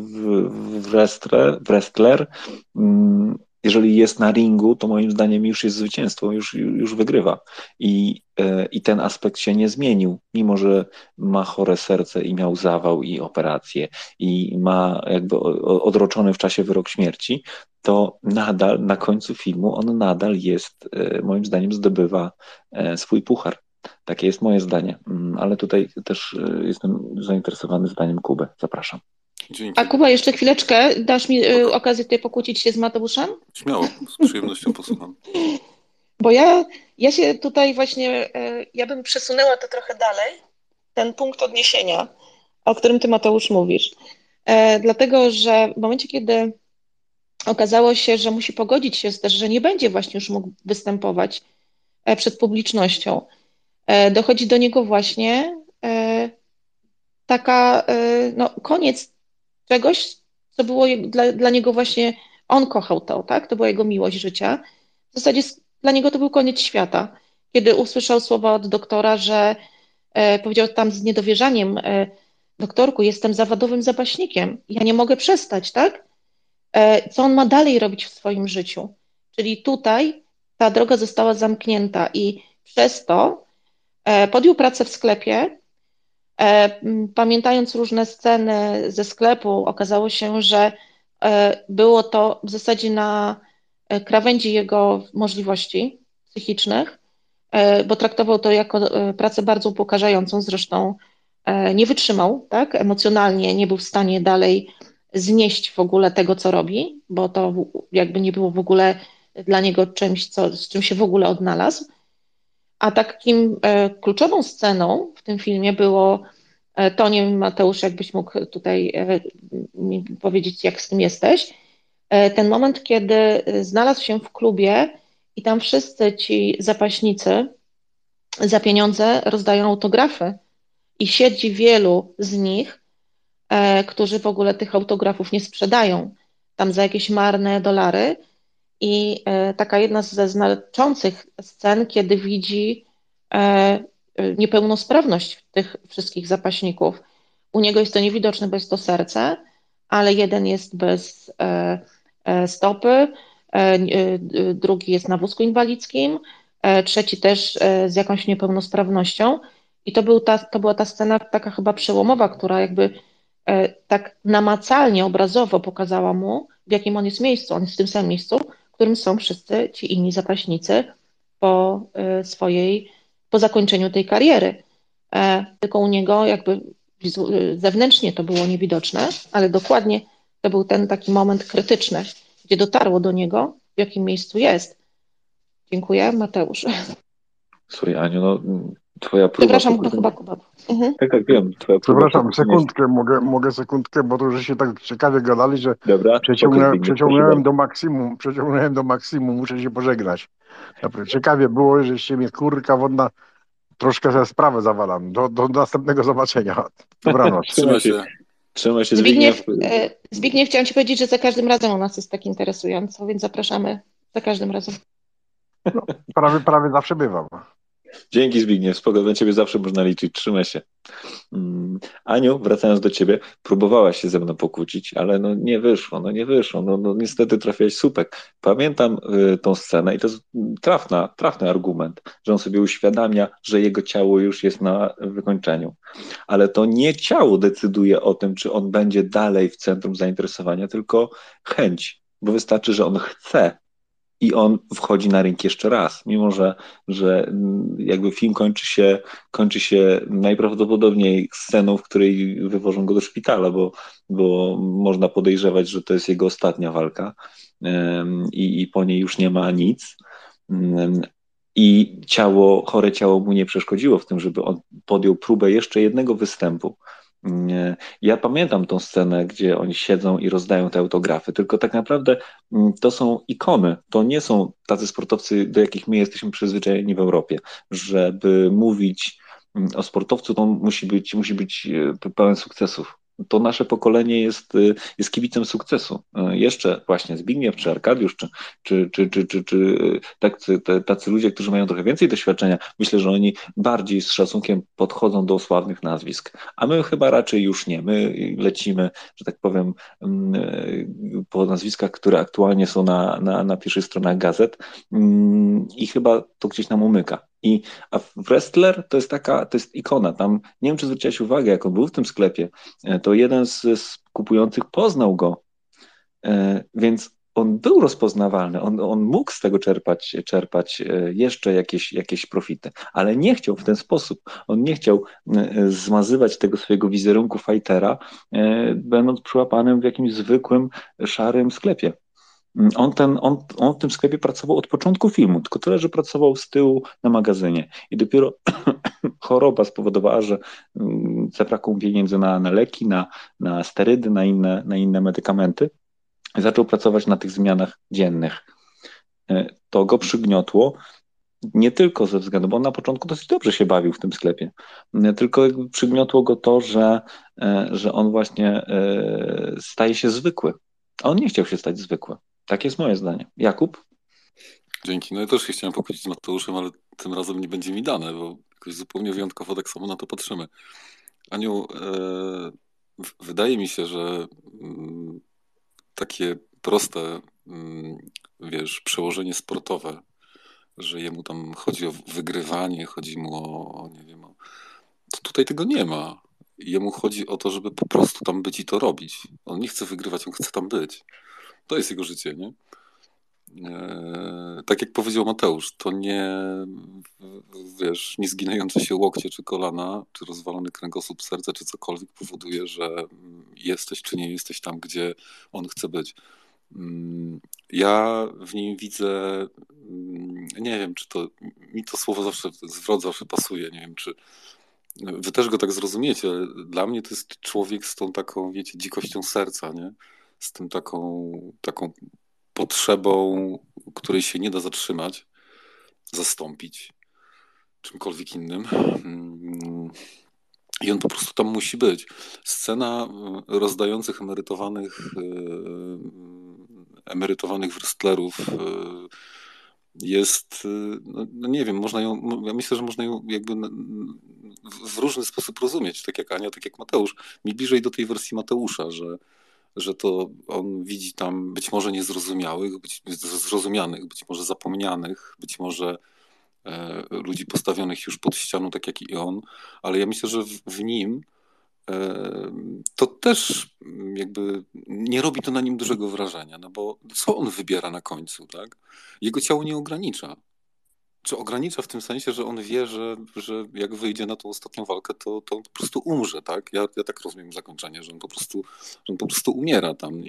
wrestler, jeżeli jest na ringu, to moim zdaniem już jest zwycięstwo, już wygrywa. I ten aspekt się nie zmienił, mimo że ma chore serce i miał zawał i operację i ma jakby odroczony w czasie wyrok śmierci, to nadal na końcu filmu on nadal jest, moim zdaniem, zdobywa swój puchar. Takie jest moje zdanie, ale tutaj też jestem zainteresowany zdaniem Kuby. Zapraszam. Dzięki. A Kuba, jeszcze chwileczkę, dasz mi okazję tutaj pokłócić się z Mateuszem? Śmiało, z przyjemnością posłucham. Bo ja się tutaj właśnie, ja bym przesunęła to trochę dalej, ten punkt odniesienia, o którym ty, Mateusz, mówisz. Dlatego, że w momencie, kiedy okazało się, że musi pogodzić się też, że nie będzie właśnie już mógł występować przed publicznością, dochodzi do niego właśnie no, koniec czegoś, co było dla niego właśnie, on kochał to, tak? To była jego miłość życia. W zasadzie dla niego to był koniec świata. Kiedy usłyszał słowa od doktora, że powiedział tam z niedowierzaniem, doktorku, jestem zawodowym zapaśnikiem, ja nie mogę przestać, tak? Co on ma dalej robić w swoim życiu? Czyli tutaj ta droga została zamknięta i przez to podjął pracę w sklepie. Pamiętając różne sceny ze sklepu, okazało się, że było to w zasadzie na krawędzi jego możliwości psychicznych, bo traktował to jako pracę bardzo upokarzającą, zresztą nie wytrzymał, tak, emocjonalnie, nie był w stanie dalej znieść w ogóle tego, co robi, bo to jakby nie było w ogóle dla niego czymś, z czym się w ogóle odnalazł. A takim kluczową sceną w tym filmie było to, nie wiem, Mateusz, jakbyś mógł tutaj mi powiedzieć, jak z tym jesteś, ten moment, kiedy znalazł się w klubie i tam wszyscy ci zapaśnicy za pieniądze rozdają autografy i siedzi wielu z nich, którzy w ogóle tych autografów nie sprzedają, tam za jakieś marne dolary. I taka jedna ze znaczących scen, kiedy widzi niepełnosprawność tych wszystkich zapaśników. U niego jest to niewidoczne, bo jest to serce, ale jeden jest bez stopy, drugi jest na wózku inwalidzkim, trzeci też z jakąś niepełnosprawnością. I to była ta scena taka chyba przełomowa, która jakby tak namacalnie, obrazowo pokazała mu, w jakim on jest miejscu. On jest w tym samym miejscu, w którym są wszyscy ci inni zapaśnicy po zakończeniu tej kariery. Tylko u niego jakby zewnętrznie to było niewidoczne, ale dokładnie to był ten taki moment krytyczny, gdzie dotarło do niego, w jakim miejscu jest. Dziękuję, Mateusz. Słuchaj, Aniu, no twoja próba... Przepraszam, to chyba Kuba. Tak, wiem. Twoja próba... Przepraszam, sekundkę, mogę sekundkę, bo to, że się tak ciekawie gadali, że Dobra, przeciągnąłem do maksimum, muszę się pożegnać. Naprawdę, ciekawie było, żeście mnie kurka wodna, troszkę sobie sprawę zawalam. Do następnego zobaczenia. Dobranoc. Trzymaj się, Zbigniew, chciałam ci powiedzieć, że za każdym razem u nas jest tak interesująco, więc zapraszamy za każdym razem. No, prawie zawsze bywam. Dzięki Zbigniew, spoko, na ciebie zawsze można liczyć, trzymaj się. Aniu, wracając do ciebie, próbowałaś się ze mną pokłócić, ale no nie wyszło, no niestety trafiłaś w słupek. Pamiętam tą scenę i to jest trafny argument, że on sobie uświadamia, że jego ciało już jest na wykończeniu. Ale to nie ciało decyduje o tym, czy on będzie dalej w centrum zainteresowania, tylko chęć, bo wystarczy, że on chce i on wchodzi na ring jeszcze raz, mimo że jakby film kończy się najprawdopodobniej sceną, w której wywożą go do szpitala, bo można podejrzewać, że to jest jego ostatnia walka i po niej już nie ma nic. I chore ciało mu nie przeszkodziło w tym, żeby on podjął próbę jeszcze jednego występu. Ja pamiętam tą scenę, gdzie oni siedzą i rozdają te autografy, tylko tak naprawdę to są ikony, to nie są tacy sportowcy, do jakich my jesteśmy przyzwyczajeni w Europie, żeby mówić o sportowcu, to musi być pełen sukcesów. To nasze pokolenie jest kibicem sukcesu. Jeszcze właśnie Zbigniew, czy Arkadiusz, czy tacy ludzie, którzy mają trochę więcej doświadczenia, myślę, że oni bardziej z szacunkiem podchodzą do sławnych nazwisk. A my chyba raczej już nie. My lecimy, że tak powiem, po nazwiskach, które aktualnie są na pierwszych stronach gazet i chyba to gdzieś nam umyka. A wrestler to jest ikona. Tam, nie wiem, czy zwróciłeś uwagę, jak on był w tym sklepie, to jeden z kupujących poznał go, więc on był rozpoznawalny, on mógł z tego czerpać jeszcze jakieś profity, ale nie chciał w ten sposób. On nie chciał zmazywać tego swojego wizerunku fightera, będąc przyłapanym w jakimś zwykłym, szarym sklepie. On w tym sklepie pracował od początku filmu, tylko tyle, że pracował z tyłu na magazynie. I dopiero choroba spowodowała, że zabrakło mu pieniędzy na leki, na sterydy, na inne medykamenty. I zaczął pracować na tych zmianach dziennych. To go przygniotło, nie tylko ze względu, bo on na początku dosyć dobrze się bawił w tym sklepie, tylko przygniotło go to, że on właśnie staje się zwykły. A on nie chciał się stać zwykły. Tak jest moje zdanie. Jakub? Dzięki. No ja też się chciałem pokłócić z Mateuszem, ale tym razem nie będzie mi dane, bo jakoś zupełnie wyjątkowo tak samo na to patrzymy. Aniu, wydaje mi się, że takie proste, wiesz, przełożenie sportowe, że jemu tam chodzi o wygrywanie, chodzi mu o nie wiem, to tutaj tego nie ma. Jemu chodzi o to, żeby po prostu tam być i to robić. On nie chce wygrywać, on chce tam być. To jest jego życie, nie? Tak jak powiedział Mateusz, to nie, wiesz, nie zginające się łokcie czy kolana, czy rozwalony kręgosłup serca, czy cokolwiek powoduje, że jesteś czy nie jesteś tam, gdzie on chce być. Ja w nim widzę, nie wiem, czy to, mi to słowo zawsze, zwrot zawsze pasuje, nie wiem, czy wy też go tak zrozumiecie, ale dla mnie to jest człowiek z tą taką, wiecie, dzikością serca, nie? Z tym taką potrzebą, której się nie da zatrzymać, zastąpić czymkolwiek innym. I on po prostu tam musi być. Scena rozdających emerytowanych wrestlerów jest, no nie wiem, ja myślę, że można ją jakby w różny sposób rozumieć, tak jak Ania, tak jak Mateusz. Mi bliżej do tej wersji Mateusza, że to on widzi tam być może niezrozumiałych, zrozumianych, być może zapomnianych, być może ludzi postawionych już pod ścianą, tak jak i on, ale ja myślę, że w nim to też jakby nie robi to na nim dużego wrażenia, no bo co on wybiera na końcu, tak? Jego ciało nie ogranicza. Czy ogranicza w tym sensie, że on wie, że jak wyjdzie na tą ostatnią walkę, to on po prostu umrze, tak? Ja tak rozumiem zakończenie, że on po prostu umiera tam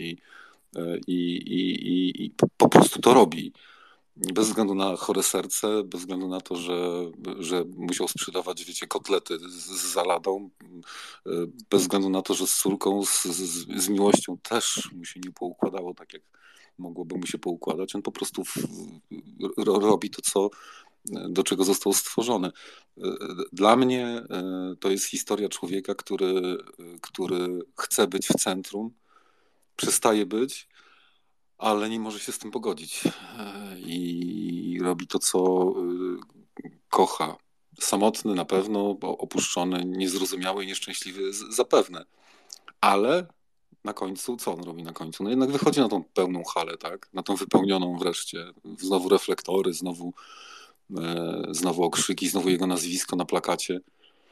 i po prostu to robi. Bez względu na chore serce, bez względu na to, że musiał sprzedawać, wiecie, kotlety z zaladą, bez względu na to, że z córką, z miłością też mu się nie poukładało tak, jak mogłoby mu się poukładać. On po prostu robi to, do czego został stworzony. Dla mnie to jest historia człowieka, który chce być w centrum, przestaje być, ale nie może się z tym pogodzić i robi to, co kocha. samotny na pewno, opuszczony, niezrozumiały i nieszczęśliwy zapewne. Ale na końcu, co on robi na końcu? No jednak wychodzi na tą pełną halę, tak? Na tą wypełnioną wreszcie. Znowu reflektory, znowu okrzyki, znowu jego nazwisko na plakacie.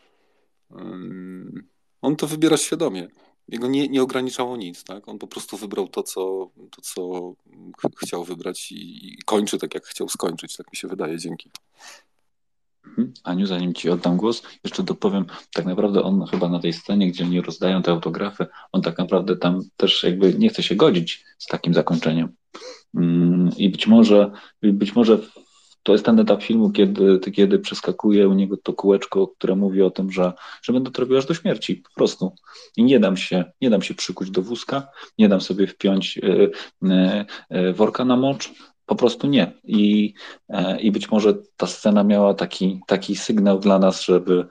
On to wybiera świadomie. Jego nie ograniczało nic, tak? On po prostu wybrał to, co chciał wybrać i kończy tak, jak chciał skończyć. Tak mi się wydaje. Dzięki. Aniu, zanim Ci oddam głos, jeszcze dopowiem, tak naprawdę on chyba na tej scenie, gdzie oni rozdają te autografy, on tak naprawdę tam też jakby nie chce się godzić z takim zakończeniem. I być może to jest ten etap filmu, kiedy przeskakuje u niego to kółeczko, które mówi o tym, że będę to robił aż do śmierci, po prostu. I nie dam się przykuć do wózka, nie dam sobie wpiąć worka na mocz, po prostu nie. I być może ta scena miała taki sygnał dla nas,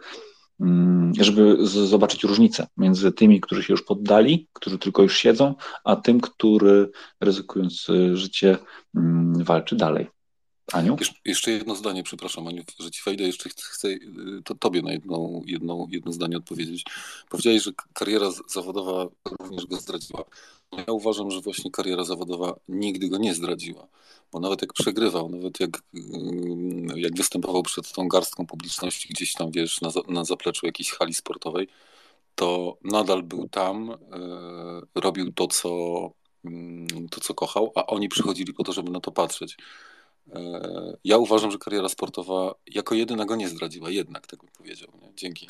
żeby zobaczyć różnicę między tymi, którzy się już poddali, którzy tylko już siedzą, a tym, który ryzykując życie walczy dalej. Aniu? Jeszcze jedno zdanie, przepraszam, Aniu, że ci wejdę. Jeszcze chcę tobie na jedno zdanie odpowiedzieć. Powiedziałeś, że kariera zawodowa również go zdradziła. Ja uważam, że właśnie kariera zawodowa nigdy go nie zdradziła. Bo nawet jak przegrywał, nawet jak występował przed tą garstką publiczności gdzieś tam, wiesz, na zapleczu jakiejś hali sportowej, to nadal był tam, robił to, co kochał, a oni przychodzili po to, żeby na to patrzeć. Ja uważam, że kariera sportowa jako jedyna go nie zdradziła, jednak tak bym powiedział. Nie? Dzięki.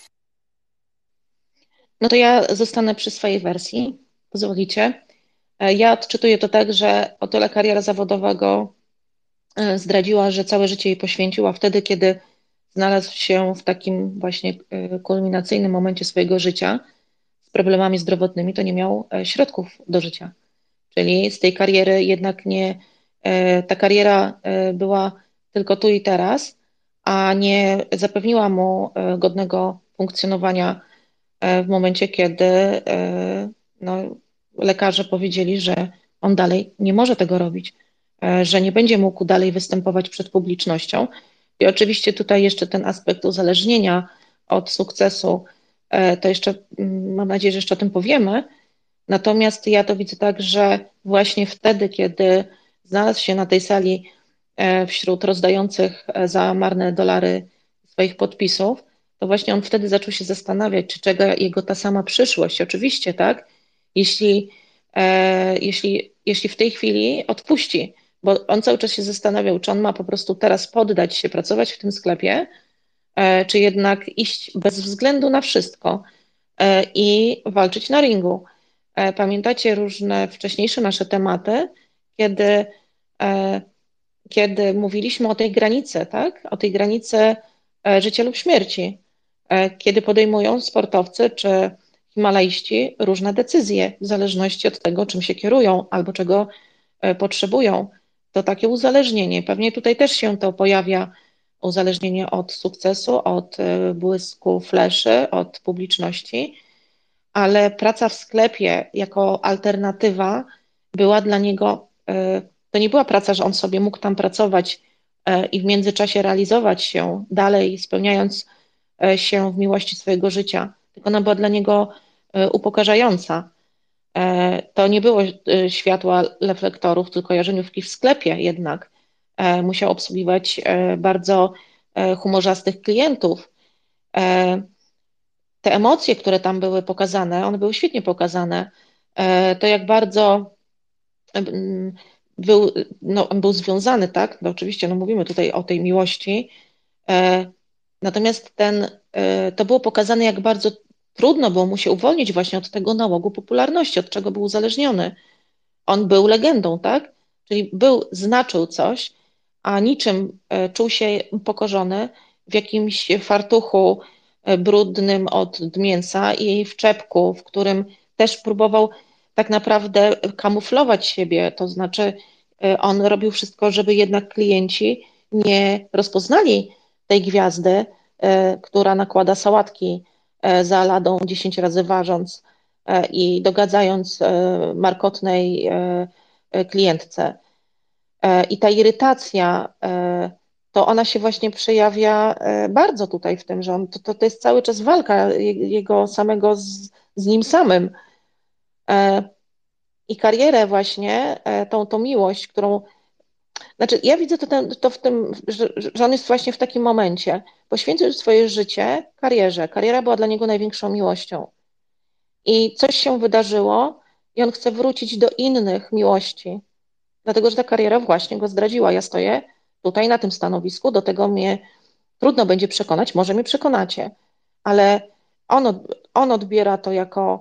No to ja zostanę przy swojej wersji, pozwolicie. Ja odczytuję to tak, że o tyle kariera zawodowa go zdradziła, że całe życie jej poświęciła wtedy, kiedy znalazł się w takim właśnie kulminacyjnym momencie swojego życia z problemami zdrowotnymi, to nie miał środków do życia. Czyli z tej kariery jednak ta kariera była tylko tu i teraz, a nie zapewniła mu godnego funkcjonowania w momencie, kiedy no, lekarze powiedzieli, że on dalej nie może tego robić, że nie będzie mógł dalej występować przed publicznością. I oczywiście tutaj jeszcze ten aspekt uzależnienia od sukcesu, to jeszcze mam nadzieję, że jeszcze o tym powiemy. Natomiast ja to widzę tak, że właśnie wtedy, kiedy znalazł się na tej sali wśród rozdających za marne dolary swoich podpisów, to właśnie on wtedy zaczął się zastanawiać, czy czeka jego ta sama przyszłość. Oczywiście, tak, jeśli w tej chwili odpuści, bo on cały czas się zastanawiał, czy on ma po prostu teraz poddać się, pracować w tym sklepie, czy jednak iść bez względu na wszystko i walczyć na ringu. Pamiętacie różne wcześniejsze nasze tematy, kiedy mówiliśmy o tej granicy, tak? O tej granicy życia lub śmierci, kiedy podejmują sportowcy czy himalaiści różne decyzje w zależności od tego, czym się kierują albo czego potrzebują. To takie uzależnienie. Pewnie tutaj też się to pojawia, uzależnienie od sukcesu, od błysku fleszy, od publiczności, ale praca w sklepie jako alternatywa była dla niego, to nie była praca, że on sobie mógł tam pracować i w międzyczasie realizować się dalej, spełniając się w miłości swojego życia, tylko ona była dla niego upokarzająca. To nie było światła reflektorów, tylko jarzeniówki w sklepie jednak. Musiał obsługiwać bardzo humorzastych klientów. Te emocje, które tam były pokazane, one były świetnie pokazane. To jak bardzo on był związany, tak? No oczywiście, no mówimy tutaj o tej miłości. Natomiast to było pokazane, jak bardzo trudno było mu się uwolnić właśnie od tego nałogu popularności, od czego był uzależniony. On był legendą, tak? Czyli znaczył coś, a niczym czuł się upokorzony w jakimś fartuchu brudnym od mięsa i w czepku, w którym też próbował tak naprawdę kamuflować siebie, to znaczy on robił wszystko, żeby jednak klienci nie rozpoznali tej gwiazdy, która nakłada sałatki za ladą 10 razy ważąc i dogadzając klientce. I ta irytacja, to ona się właśnie przejawia bardzo tutaj w tym, że to jest cały czas walka jego samego z nim samym. I karierę właśnie, tą miłość, którą... Znaczy, ja widzę to w tym, że on jest właśnie w takim momencie. Poświęcił swoje życie karierze. Kariera była dla niego największą miłością. I coś się wydarzyło i on chce wrócić do innych miłości. Dlatego, że ta kariera właśnie go zdradziła. Ja stoję tutaj na tym stanowisku, do tego mnie trudno będzie przekonać, może mnie przekonacie, ale on odbiera to jako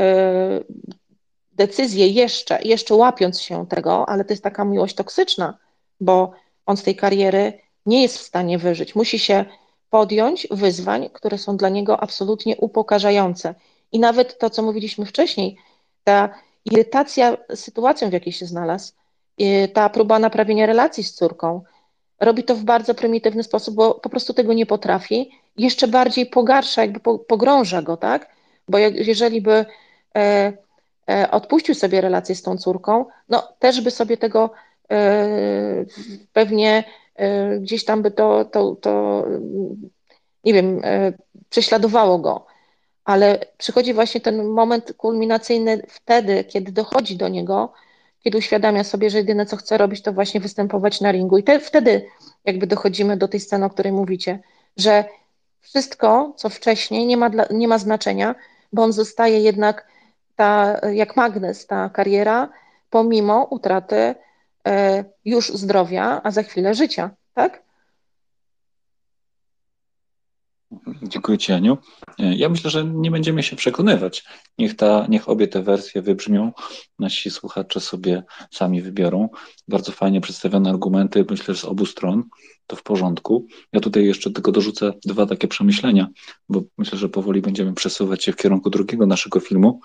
decyzję jeszcze łapiąc się tego, ale to jest taka miłość toksyczna, bo on z tej kariery nie jest w stanie wyżyć. Musi się podjąć wyzwań, które są dla niego absolutnie upokarzające. I nawet to, co mówiliśmy wcześniej, ta irytacja sytuacją, w jakiej się znalazł, ta próba naprawienia relacji z córką, robi to w bardzo prymitywny sposób, bo po prostu tego nie potrafi. Jeszcze bardziej pogarsza, jakby pogrąża go, tak? Bo jeżeli by odpuścił sobie relację z tą córką, no też by sobie tego pewnie gdzieś tam by to nie wiem, prześladowało go. Ale przychodzi właśnie ten moment kulminacyjny wtedy, kiedy dochodzi do niego, kiedy uświadamia sobie, że jedyne co chce robić, to właśnie występować na ringu. I wtedy jakby dochodzimy do tej sceny, o której mówicie, że wszystko, co wcześniej, nie ma znaczenia, bo on zostaje jednak jak magnes, ta kariera, pomimo utraty już zdrowia, a za chwilę życia, tak? Dziękuję Ci, Aniu. Ja myślę, że nie będziemy się przekonywać. Niech obie te wersje wybrzmią. Nasi słuchacze sobie sami wybiorą. Bardzo fajnie przedstawione argumenty, myślę, że z obu stron. To w porządku. Ja tutaj jeszcze tylko dorzucę dwa takie przemyślenia, bo myślę, że powoli będziemy przesuwać się w kierunku drugiego naszego filmu,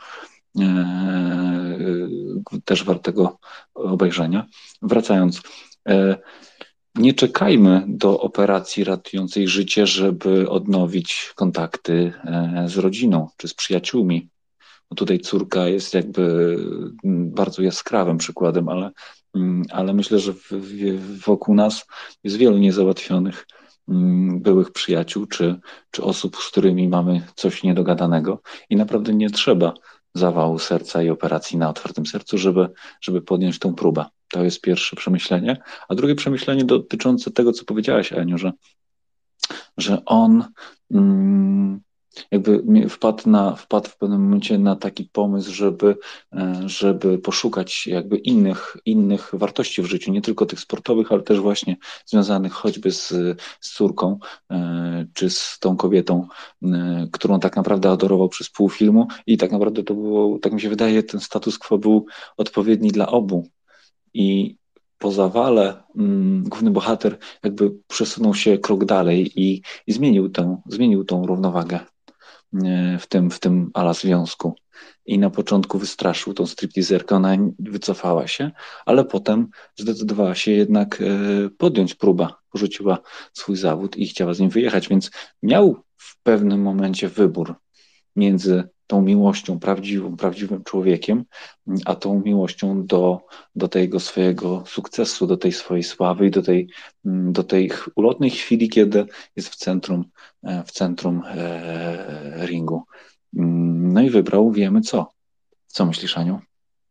też wartego obejrzenia. Wracając, nie czekajmy do operacji ratującej życie, żeby odnowić kontakty z rodziną czy z przyjaciółmi. No tutaj córka jest jakby bardzo jaskrawym przykładem, ale myślę, że wokół nas jest wielu niezałatwionych byłych przyjaciół czy osób, z którymi mamy coś niedogadanego i naprawdę nie trzeba zawału serca i operacji na otwartym sercu, żeby podjąć tą próbę. To jest pierwsze przemyślenie. A drugie przemyślenie dotyczące tego, co powiedziałaś, Aniu, że on jakby wpadł w pewnym momencie na taki pomysł, żeby poszukać jakby innych wartości w życiu, nie tylko tych sportowych, ale też właśnie związanych choćby z córką, czy z tą kobietą, którą tak naprawdę adorował przez pół filmu i tak naprawdę to było, tak mi się wydaje, ten status quo był odpowiedni dla obu. I po zawale główny bohater jakby przesunął się krok dalej i zmienił tą równowagę w tym ala związku. I na początku wystraszył tą stripteaserkę, ona wycofała się, ale potem zdecydowała się jednak podjąć próbę. Porzuciła swój zawód i chciała z nim wyjechać, więc miał w pewnym momencie wybór między tą miłością prawdziwym człowiekiem, a tą miłością do tego swojego sukcesu, do tej swojej sławy i do tej ulotnej chwili, kiedy jest w centrum ringu. No i wybrał, wiemy co. Co myślisz, Aniu?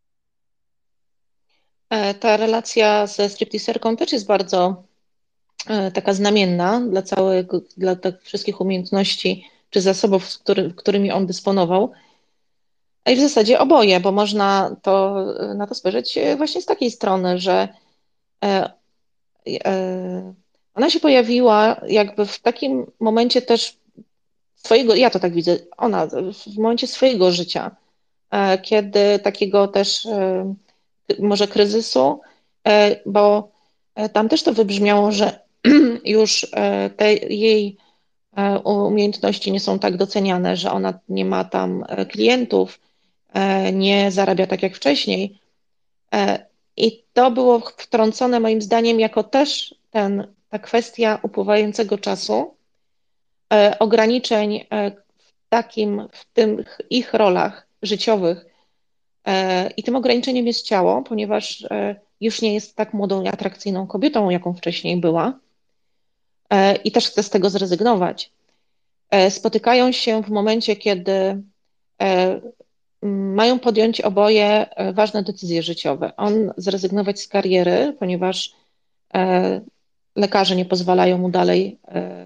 Ta relacja ze stripteaserką też jest bardzo taka znamienna dla tych wszystkich umiejętności czy zasobów, którymi on dysponował. I w zasadzie oboje, bo można na to spojrzeć właśnie z takiej strony, że ona się pojawiła jakby w takim momencie też ja to tak widzę, ona w momencie swojego życia, kiedy takiego też może kryzysu, bo tam też to wybrzmiało, że już te jej umiejętności nie są tak doceniane, że ona nie ma tam klientów, nie zarabia tak jak wcześniej. I to było wtrącone moim zdaniem jako też ta kwestia upływającego czasu, ograniczeń w tych ich rolach życiowych. I tym ograniczeniem jest ciało, ponieważ już nie jest tak młodą i atrakcyjną kobietą, jaką wcześniej była. i też chce z tego zrezygnować. Spotykają się w momencie, kiedy mają podjąć oboje ważne decyzje życiowe. On zrezygnować z kariery, ponieważ lekarze nie pozwalają mu dalej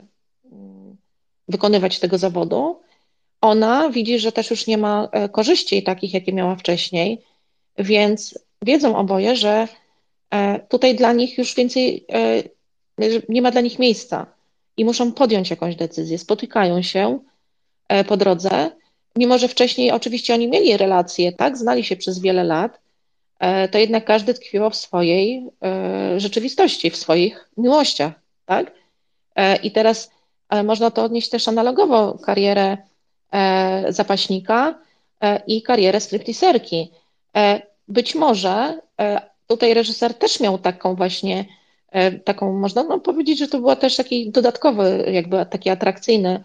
wykonywać tego zawodu. Ona widzi, że też już nie ma korzyści takich, jakie miała wcześniej, więc wiedzą oboje, że tutaj dla nich już więcej nie ma dla nich miejsca i muszą podjąć jakąś decyzję. Spotykają się po drodze, mimo że wcześniej oczywiście oni mieli relacje, tak, znali się przez wiele lat, to jednak każdy tkwił w swojej rzeczywistości, w swoich miłościach, tak? I teraz można to odnieść też analogowo karierę zapaśnika i karierę stripteaserki. Być może tutaj reżyser też miał taką właśnie, taką można powiedzieć, że to był też taki dodatkowy, jakby taki atrakcyjny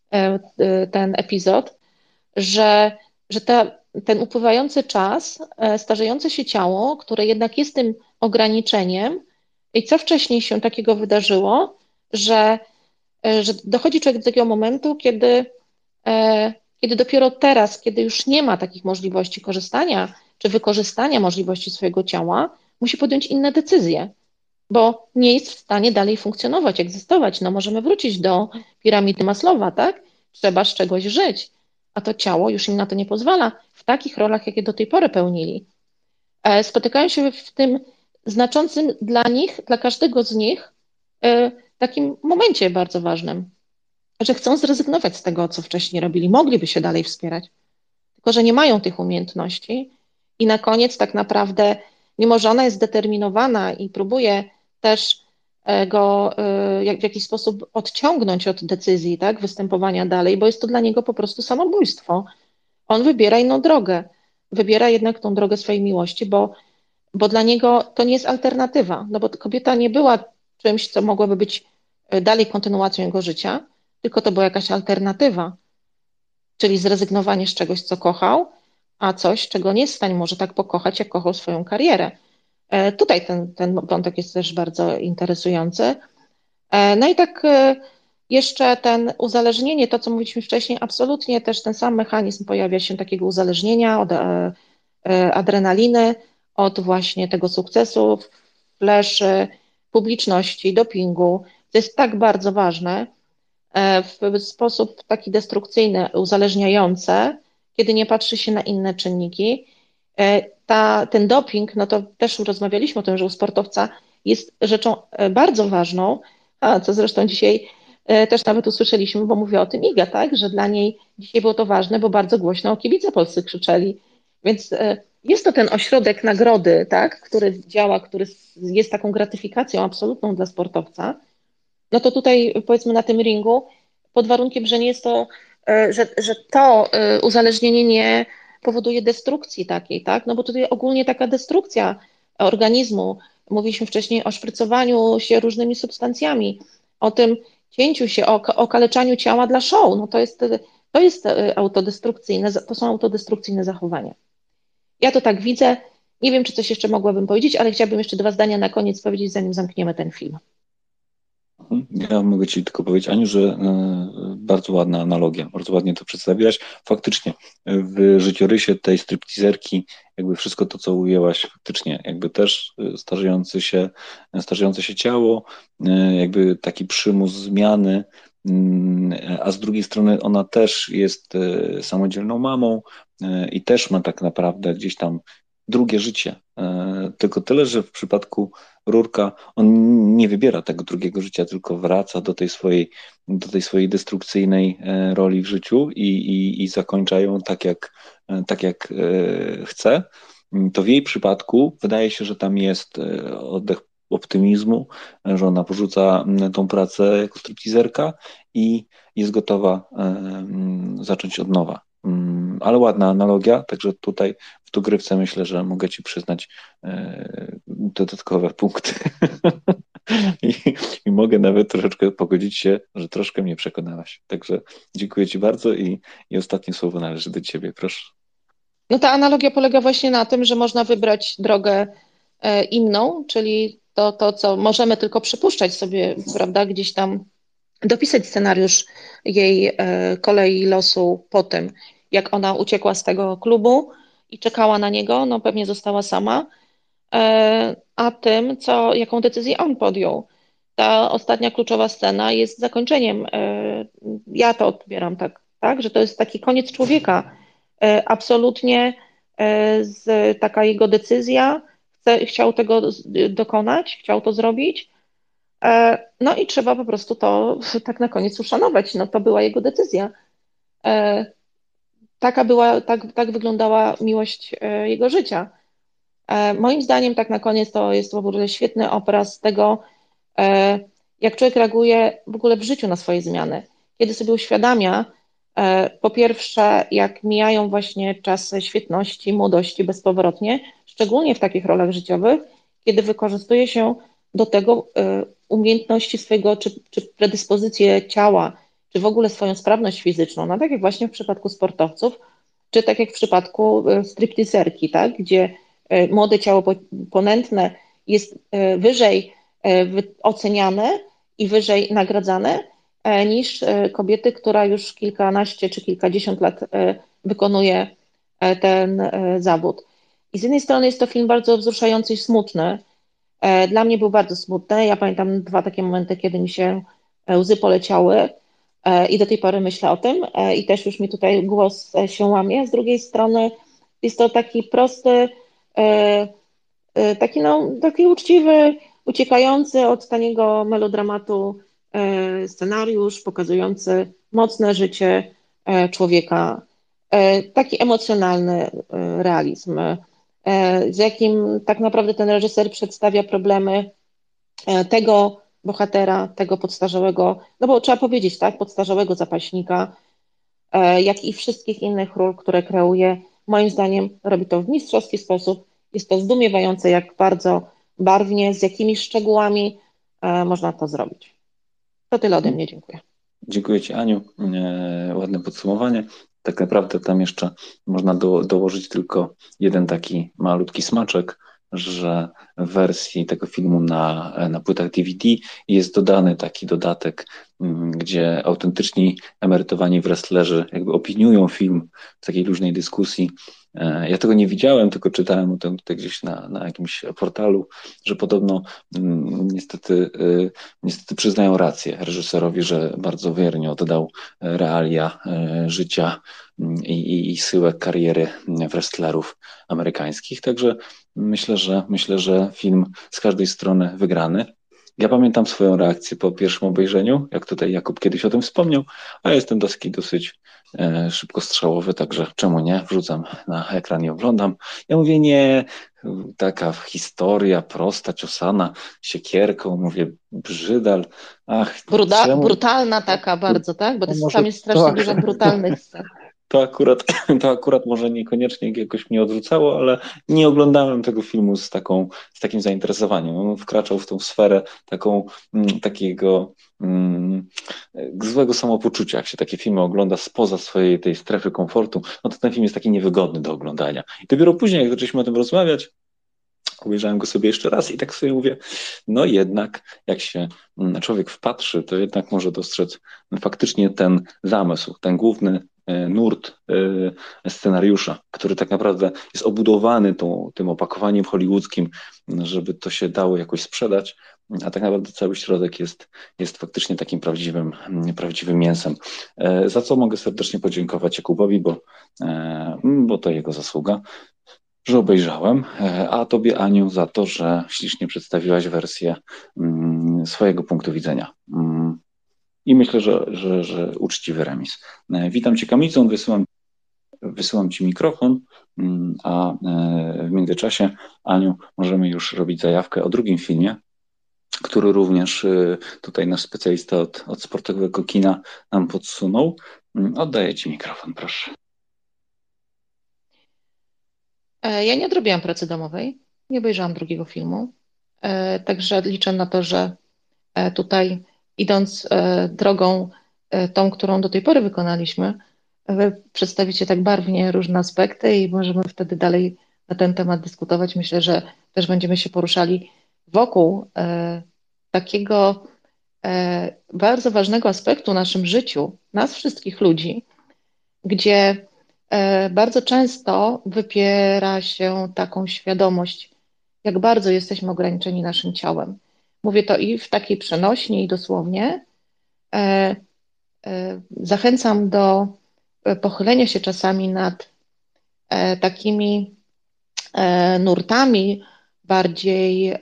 ten epizod, że ten upływający czas, starzejące się ciało, które jednak jest tym ograniczeniem i co wcześniej się takiego wydarzyło, że dochodzi człowiek do takiego momentu, kiedy dopiero teraz, kiedy już nie ma takich możliwości korzystania czy wykorzystania możliwości swojego ciała, musi podjąć inne decyzje, bo nie jest w stanie dalej funkcjonować, egzystować. No możemy wrócić do piramidy Maslowa, tak? Trzeba z czegoś żyć, a to ciało już im na to nie pozwala w takich rolach, jakie do tej pory pełnili. Spotykają się w tym znaczącym dla nich, dla każdego z nich takim momencie bardzo ważnym, że chcą zrezygnować z tego, co wcześniej robili. Mogliby się dalej wspierać, tylko że nie mają tych umiejętności i na koniec tak naprawdę, mimo że ona jest zdeterminowana i próbuje też go w jakiś sposób odciągnąć od decyzji, tak, występowania dalej, bo jest to dla niego po prostu samobójstwo. On wybiera inną drogę. Wybiera jednak tą drogę swojej miłości, bo dla niego to nie jest alternatywa, no bo kobieta nie była czymś, co mogłoby być dalej kontynuacją jego życia, tylko to była jakaś alternatywa, czyli zrezygnowanie z czegoś, co kochał, a coś, czego nie jest w stanie może tak pokochać, jak kochał swoją karierę. Tutaj ten wątek jest też bardzo interesujący. No i tak jeszcze ten uzależnienie, to co mówiliśmy wcześniej, absolutnie też ten sam mechanizm pojawia się takiego uzależnienia od adrenaliny, od właśnie tego sukcesu, fleszy, publiczności, dopingu. To jest tak bardzo ważne w sposób taki destrukcyjny, uzależniający, kiedy nie patrzy się na inne czynniki. Ten doping, no to też rozmawialiśmy o tym, że u sportowca jest rzeczą bardzo ważną, co zresztą dzisiaj też nawet usłyszeliśmy, bo mówię o tym Iga, tak, że dla niej dzisiaj było to ważne, bo bardzo głośno o kibice polscy krzyczeli, więc jest to ten ośrodek nagrody, tak, który działa, który jest taką gratyfikacją absolutną dla sportowca. No to tutaj powiedzmy na tym ringu, pod warunkiem, że nie jest to, że to uzależnienie nie powoduje destrukcji takiej, tak? No bo tutaj ogólnie taka destrukcja organizmu, mówiliśmy wcześniej o szprycowaniu się różnymi substancjami, o tym cięciu się, o okaleczaniu ciała dla show, no to jest autodestrukcyjne, to są autodestrukcyjne zachowania. Ja to tak widzę, nie wiem, czy coś jeszcze mogłabym powiedzieć, ale chciałabym jeszcze 2 zdania na koniec powiedzieć, zanim zamkniemy ten film. Ja mogę Ci tylko powiedzieć, Aniu, że bardzo ładna analogia, bardzo ładnie to przedstawiłaś. Faktycznie w życiorysie tej stripteaserki jakby wszystko to, co ujęłaś, faktycznie jakby też starzejące się ciało, jakby taki przymus zmiany, a z drugiej strony ona też jest samodzielną mamą i też ma tak naprawdę gdzieś tam drugie życie. Tylko tyle, że w przypadku Rurka on nie wybiera tego drugiego życia, tylko wraca do tej swojej destrukcyjnej roli w życiu i zakończa ją tak jak chce. To w jej przypadku wydaje się, że tam jest oddech optymizmu, że ona porzuca tą pracę jako stripteaserka i jest gotowa zacząć od nowa. Ale ładna analogia, także tutaj w dogrywce myślę, że mogę Ci przyznać dodatkowe punkty. I mogę nawet troszeczkę pogodzić się, że troszkę mnie przekonałaś. Także dziękuję Ci bardzo i ostatnie słowo należy do Ciebie, proszę. No ta analogia polega właśnie na tym, że można wybrać drogę inną, czyli to, co możemy tylko przypuszczać sobie, prawda, gdzieś tam dopisać scenariusz jej kolei losu po tym, jak ona uciekła z tego klubu i czekała na niego, no pewnie została sama, a tym, jaką decyzję on podjął. Ta ostatnia kluczowa scena jest zakończeniem. Ja to odbieram tak, że to jest taki koniec człowieka. Absolutnie taka jego decyzja, chciał tego dokonać, chciał to zrobić. No i trzeba po prostu to tak na koniec uszanować. No to była jego decyzja. Tak wyglądała miłość jego życia. Moim zdaniem tak na koniec to jest w ogóle świetny obraz tego, jak człowiek reaguje w ogóle w życiu na swoje zmiany. Kiedy sobie uświadamia, po pierwsze, jak mijają właśnie czasy świetności, młodości bezpowrotnie, szczególnie w takich rolach życiowych, kiedy wykorzystuje się do tego umiejętności swojego, czy predyspozycje ciała, czy w ogóle swoją sprawność fizyczną, no tak jak właśnie w przypadku sportowców, czy tak jak w przypadku stripteaserki, tak, gdzie młode ciało ponętne jest wyżej oceniane i wyżej nagradzane niż kobiety, która już kilkanaście czy kilkadziesiąt lat wykonuje ten zawód. I z jednej strony jest to film bardzo wzruszający i smutny. Dla mnie był bardzo smutny. Ja pamiętam 2 takie momenty, kiedy mi się łzy poleciały i do tej pory myślę o tym i też już mi tutaj głos się łamie. Z drugiej strony jest to taki prosty, taki uczciwy, uciekający od taniego melodramatu scenariusz pokazujący mocne życie człowieka, taki emocjonalny realizm, z jakim tak naprawdę ten reżyser przedstawia problemy tego bohatera, tego podstarzałego, no bo trzeba powiedzieć, tak, podstarzałego zapaśnika, jak i wszystkich innych ról, które kreuje. Moim zdaniem robi to w mistrzowski sposób. Jest to zdumiewające, jak bardzo barwnie, z jakimi szczegółami można to zrobić. To tyle ode mnie, dziękuję. Dziękuję Ci, Aniu. Ładne podsumowanie. Tak naprawdę tam jeszcze można dołożyć tylko jeden taki malutki smaczek, że w wersji tego filmu na płytach DVD jest dodany taki dodatek, gdzie autentyczni emerytowani wrestlerzy jakby opiniują film w takiej luźnej dyskusji. Ja tego nie widziałem, tylko czytałem o tym tutaj gdzieś na jakimś portalu, że podobno niestety przyznają rację reżyserowi, że bardzo wiernie oddał realia życia i syłek kariery wrestlerów amerykańskich. Także myślę, że film z każdej strony wygrany. Ja pamiętam swoją reakcję po pierwszym obejrzeniu, jak tutaj Jakub kiedyś o tym wspomniał, a ja jestem dosyć szybkostrzałowy, także czemu nie? Wrzucam na ekran i oglądam. Ja mówię, nie, taka historia prosta, ciosana siekierką, mówię, brzydal. Ach, Brutalna taka bardzo, tak? Bo tam jest strasznie tak. dużo brutalnych scen. To akurat może niekoniecznie jakoś mnie odrzucało, ale nie oglądałem tego filmu z takim zainteresowaniem. On wkraczał w tą sferę takiego złego samopoczucia. Jak się takie filmy ogląda spoza swojej tej strefy komfortu, no to ten film jest taki niewygodny do oglądania. I dopiero później, jak zaczęliśmy o tym rozmawiać, obejrzałem go sobie jeszcze raz i tak sobie mówię, no jednak jak się człowiek wpatrzy, to jednak może dostrzec faktycznie ten zamysł, ten główny nurt scenariusza, który tak naprawdę jest obudowany tym opakowaniem hollywoodzkim, żeby to się dało jakoś sprzedać, a tak naprawdę cały środek jest faktycznie takim prawdziwym mięsem. Za co mogę serdecznie podziękować Jakubowi, bo to jego zasługa, że obejrzałem, a Tobie, Aniu, za to, że ślicznie przedstawiłaś wersję swojego punktu widzenia. I myślę, że uczciwy remis. Witam Cię kamicą, wysyłam Ci mikrofon, a w międzyczasie, Aniu, możemy już robić zajawkę o drugim filmie, który również tutaj nasz specjalista od sportowego kina nam podsunął. Oddaję Ci mikrofon, proszę. Ja nie odrobiłam pracy domowej, nie obejrzałam drugiego filmu, także liczę na to, że tutaj idąc drogą tą, którą do tej pory wykonaliśmy, wy przedstawicie tak barwnie różne aspekty i możemy wtedy dalej na ten temat dyskutować. Myślę, że też będziemy się poruszali wokół takiego bardzo ważnego aspektu w naszym życiu, nas wszystkich ludzi, gdzie bardzo często wypiera się taką świadomość, jak bardzo jesteśmy ograniczeni naszym ciałem. Mówię to i w takiej przenośni, i dosłownie. Zachęcam do pochylenia się czasami nad takimi nurtami bardziej,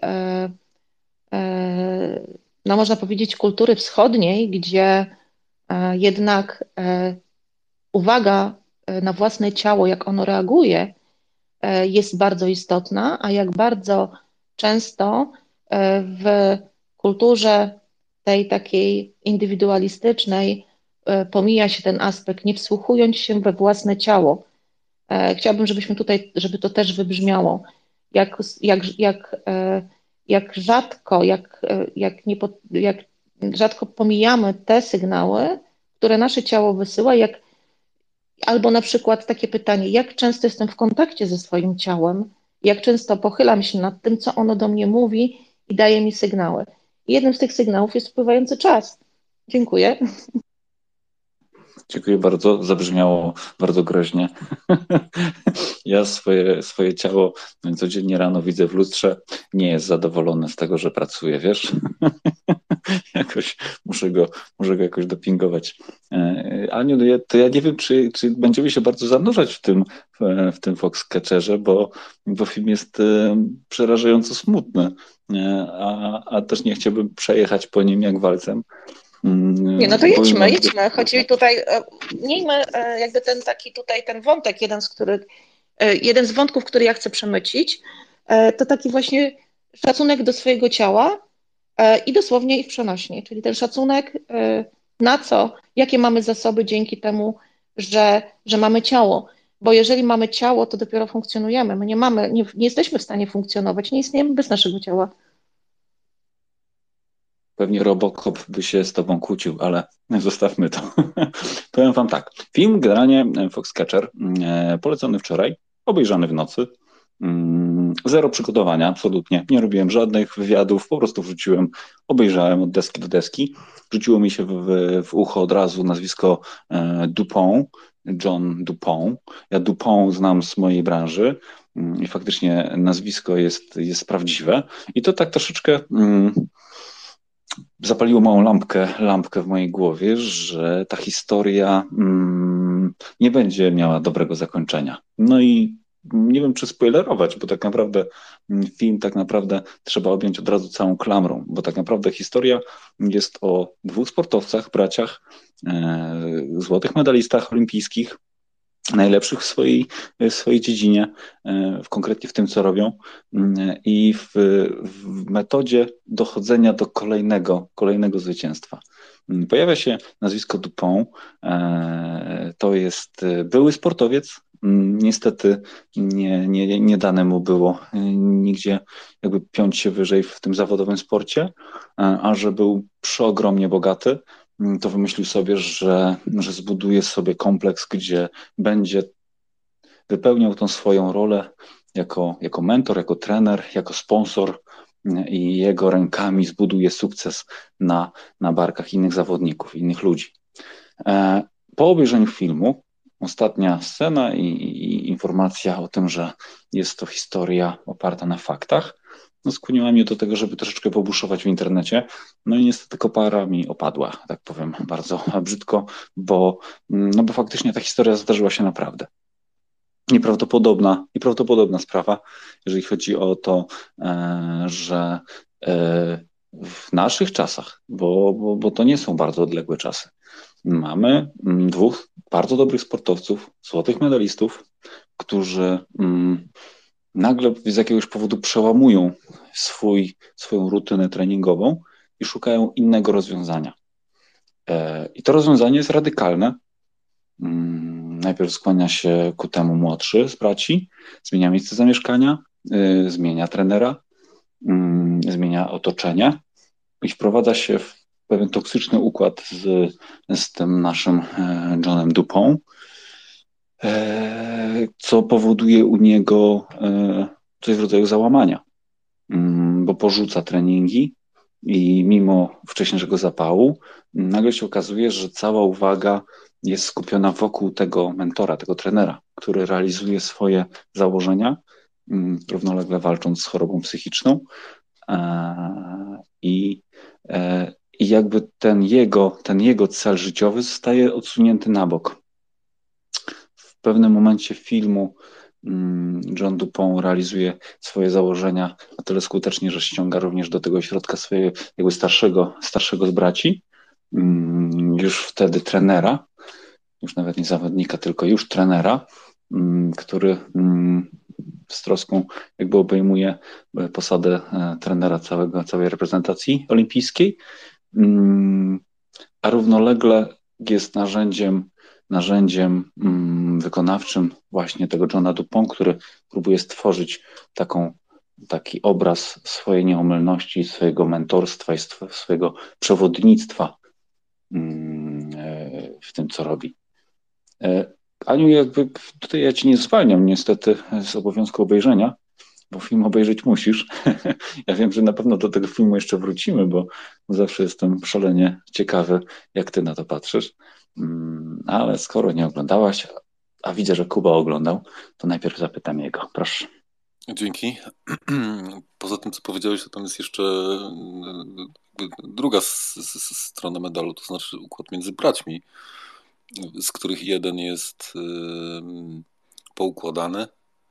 no można powiedzieć, kultury wschodniej, gdzie jednak uwaga na własne ciało, jak ono reaguje, jest bardzo istotna, a jak bardzo często w kulturze tej takiej indywidualistycznej pomija się ten aspekt, nie wsłuchując się we własne ciało. Chciałabym, żebyśmy tutaj, żeby to też wybrzmiało, jak rzadko, jak rzadko pomijamy te sygnały, które nasze ciało wysyła, albo na przykład takie pytanie, jak często jestem w kontakcie ze swoim ciałem, jak często pochylam się nad tym, co ono do mnie mówi i daje mi sygnały. I jednym z tych sygnałów jest upływający czas. Dziękuję. Dziękuję bardzo, zabrzmiało bardzo groźnie. Ja swoje ciało codziennie rano widzę w lustrze, nie jest zadowolony z tego, że pracuję, wiesz? Jakoś muszę go jakoś dopingować. Aniu, to ja nie wiem, czy będziemy się bardzo zanurzać w tym Foxcatcherze, bo film jest przerażająco smutny, a też nie chciałbym przejechać po nim jak walcem. Nie, no to jedźmy. Chodzi tutaj, miejmy jakby ten wątek, jeden z wątków, który ja chcę przemycić, to taki właśnie szacunek do swojego ciała i dosłownie i w przenośni, czyli ten szacunek na co, jakie mamy zasoby dzięki temu, że mamy ciało, bo jeżeli mamy ciało, to dopiero funkcjonujemy. My nie jesteśmy w stanie funkcjonować, nie istniejemy bez naszego ciała. Pewnie Robocop by się z tobą kłócił, ale zostawmy to. Powiem wam tak. Film generalnie Foxcatcher, polecony wczoraj, obejrzany w nocy. Zero przygotowania, absolutnie. Nie robiłem żadnych wywiadów, po prostu wrzuciłem, obejrzałem od deski do deski. Rzuciło mi się w ucho od razu nazwisko Dupont, John Dupont. Ja Dupont znam z mojej branży i faktycznie nazwisko jest prawdziwe. I to tak troszeczkę zapaliło małą lampkę w mojej głowie, że ta historia nie będzie miała dobrego zakończenia. No i nie wiem, czy spoilerować, bo tak naprawdę film trzeba objąć od razu całą klamrą, bo tak naprawdę historia jest o dwóch sportowcach, braciach, złotych medalistach olimpijskich, najlepszych w swojej dziedzinie, konkretnie w tym, co robią, i w metodzie dochodzenia do kolejnego zwycięstwa. Pojawia się nazwisko Dupont, to jest były sportowiec, niestety nie dane mu było nigdzie jakby piąć się wyżej w tym zawodowym sporcie, a że był przeogromnie bogaty, to wymyślił sobie, że zbuduje sobie kompleks, gdzie będzie wypełniał tą swoją rolę jako mentor, jako trener, jako sponsor i jego rękami zbuduje sukces na barkach innych zawodników, innych ludzi. Po obejrzeniu filmu ostatnia scena i informacja o tym, że jest to historia oparta na faktach, skłoniła mnie do tego, żeby troszeczkę pobuszować w internecie. No i niestety kopara mi opadła, tak powiem bardzo brzydko, bo faktycznie ta historia zdarzyła się naprawdę. Nieprawdopodobna sprawa, jeżeli chodzi o to, że w naszych czasach, bo to nie są bardzo odległe czasy, mamy dwóch bardzo dobrych sportowców, złotych medalistów, którzy nagle z jakiegoś powodu przełamują swoją rutynę treningową i szukają innego rozwiązania. I to rozwiązanie jest radykalne. Najpierw skłania się ku temu młodszy z braci, zmienia miejsce zamieszkania, zmienia trenera, zmienia otoczenie i wprowadza się w pewien toksyczny układ z tym naszym Johnem Dupont, co powoduje u niego coś w rodzaju załamania, bo niejako porzuca treningi i mimo wcześniejszego zapału nagle się okazuje, że cała uwaga jest skupiona wokół tego mentora, tego trenera, który realizuje swoje założenia, równolegle walcząc z chorobą psychiczną. I jakby ten jego cel życiowy zostaje odsunięty na bok. W pewnym momencie filmu John Dupont realizuje swoje założenia na tyle skutecznie, że ściąga również do tego ośrodka swojego jakby starszego z braci, już wtedy trenera, już nawet nie zawodnika, tylko już trenera, który z troską jakby obejmuje posadę trenera całej reprezentacji olimpijskiej, a równolegle jest narzędziem wykonawczym właśnie tego Johna Dupont, który próbuje stworzyć taki obraz swojej nieomylności, swojego mentorstwa i swojego przewodnictwa w tym, co robi. Aniu, jakby tutaj ja ci nie zwalniam niestety z obowiązku obejrzenia, bo film obejrzeć musisz. Ja wiem, że na pewno do tego filmu jeszcze wrócimy, bo zawsze jestem szalenie ciekawy, jak ty na to patrzysz. Ale skoro nie oglądałaś, a widzę, że Kuba oglądał, to najpierw zapytam jego. Proszę. Dzięki. Poza tym, co powiedziałeś, to tam jest jeszcze druga strona medalu, to znaczy układ między braćmi, z których jeden jest poukładany,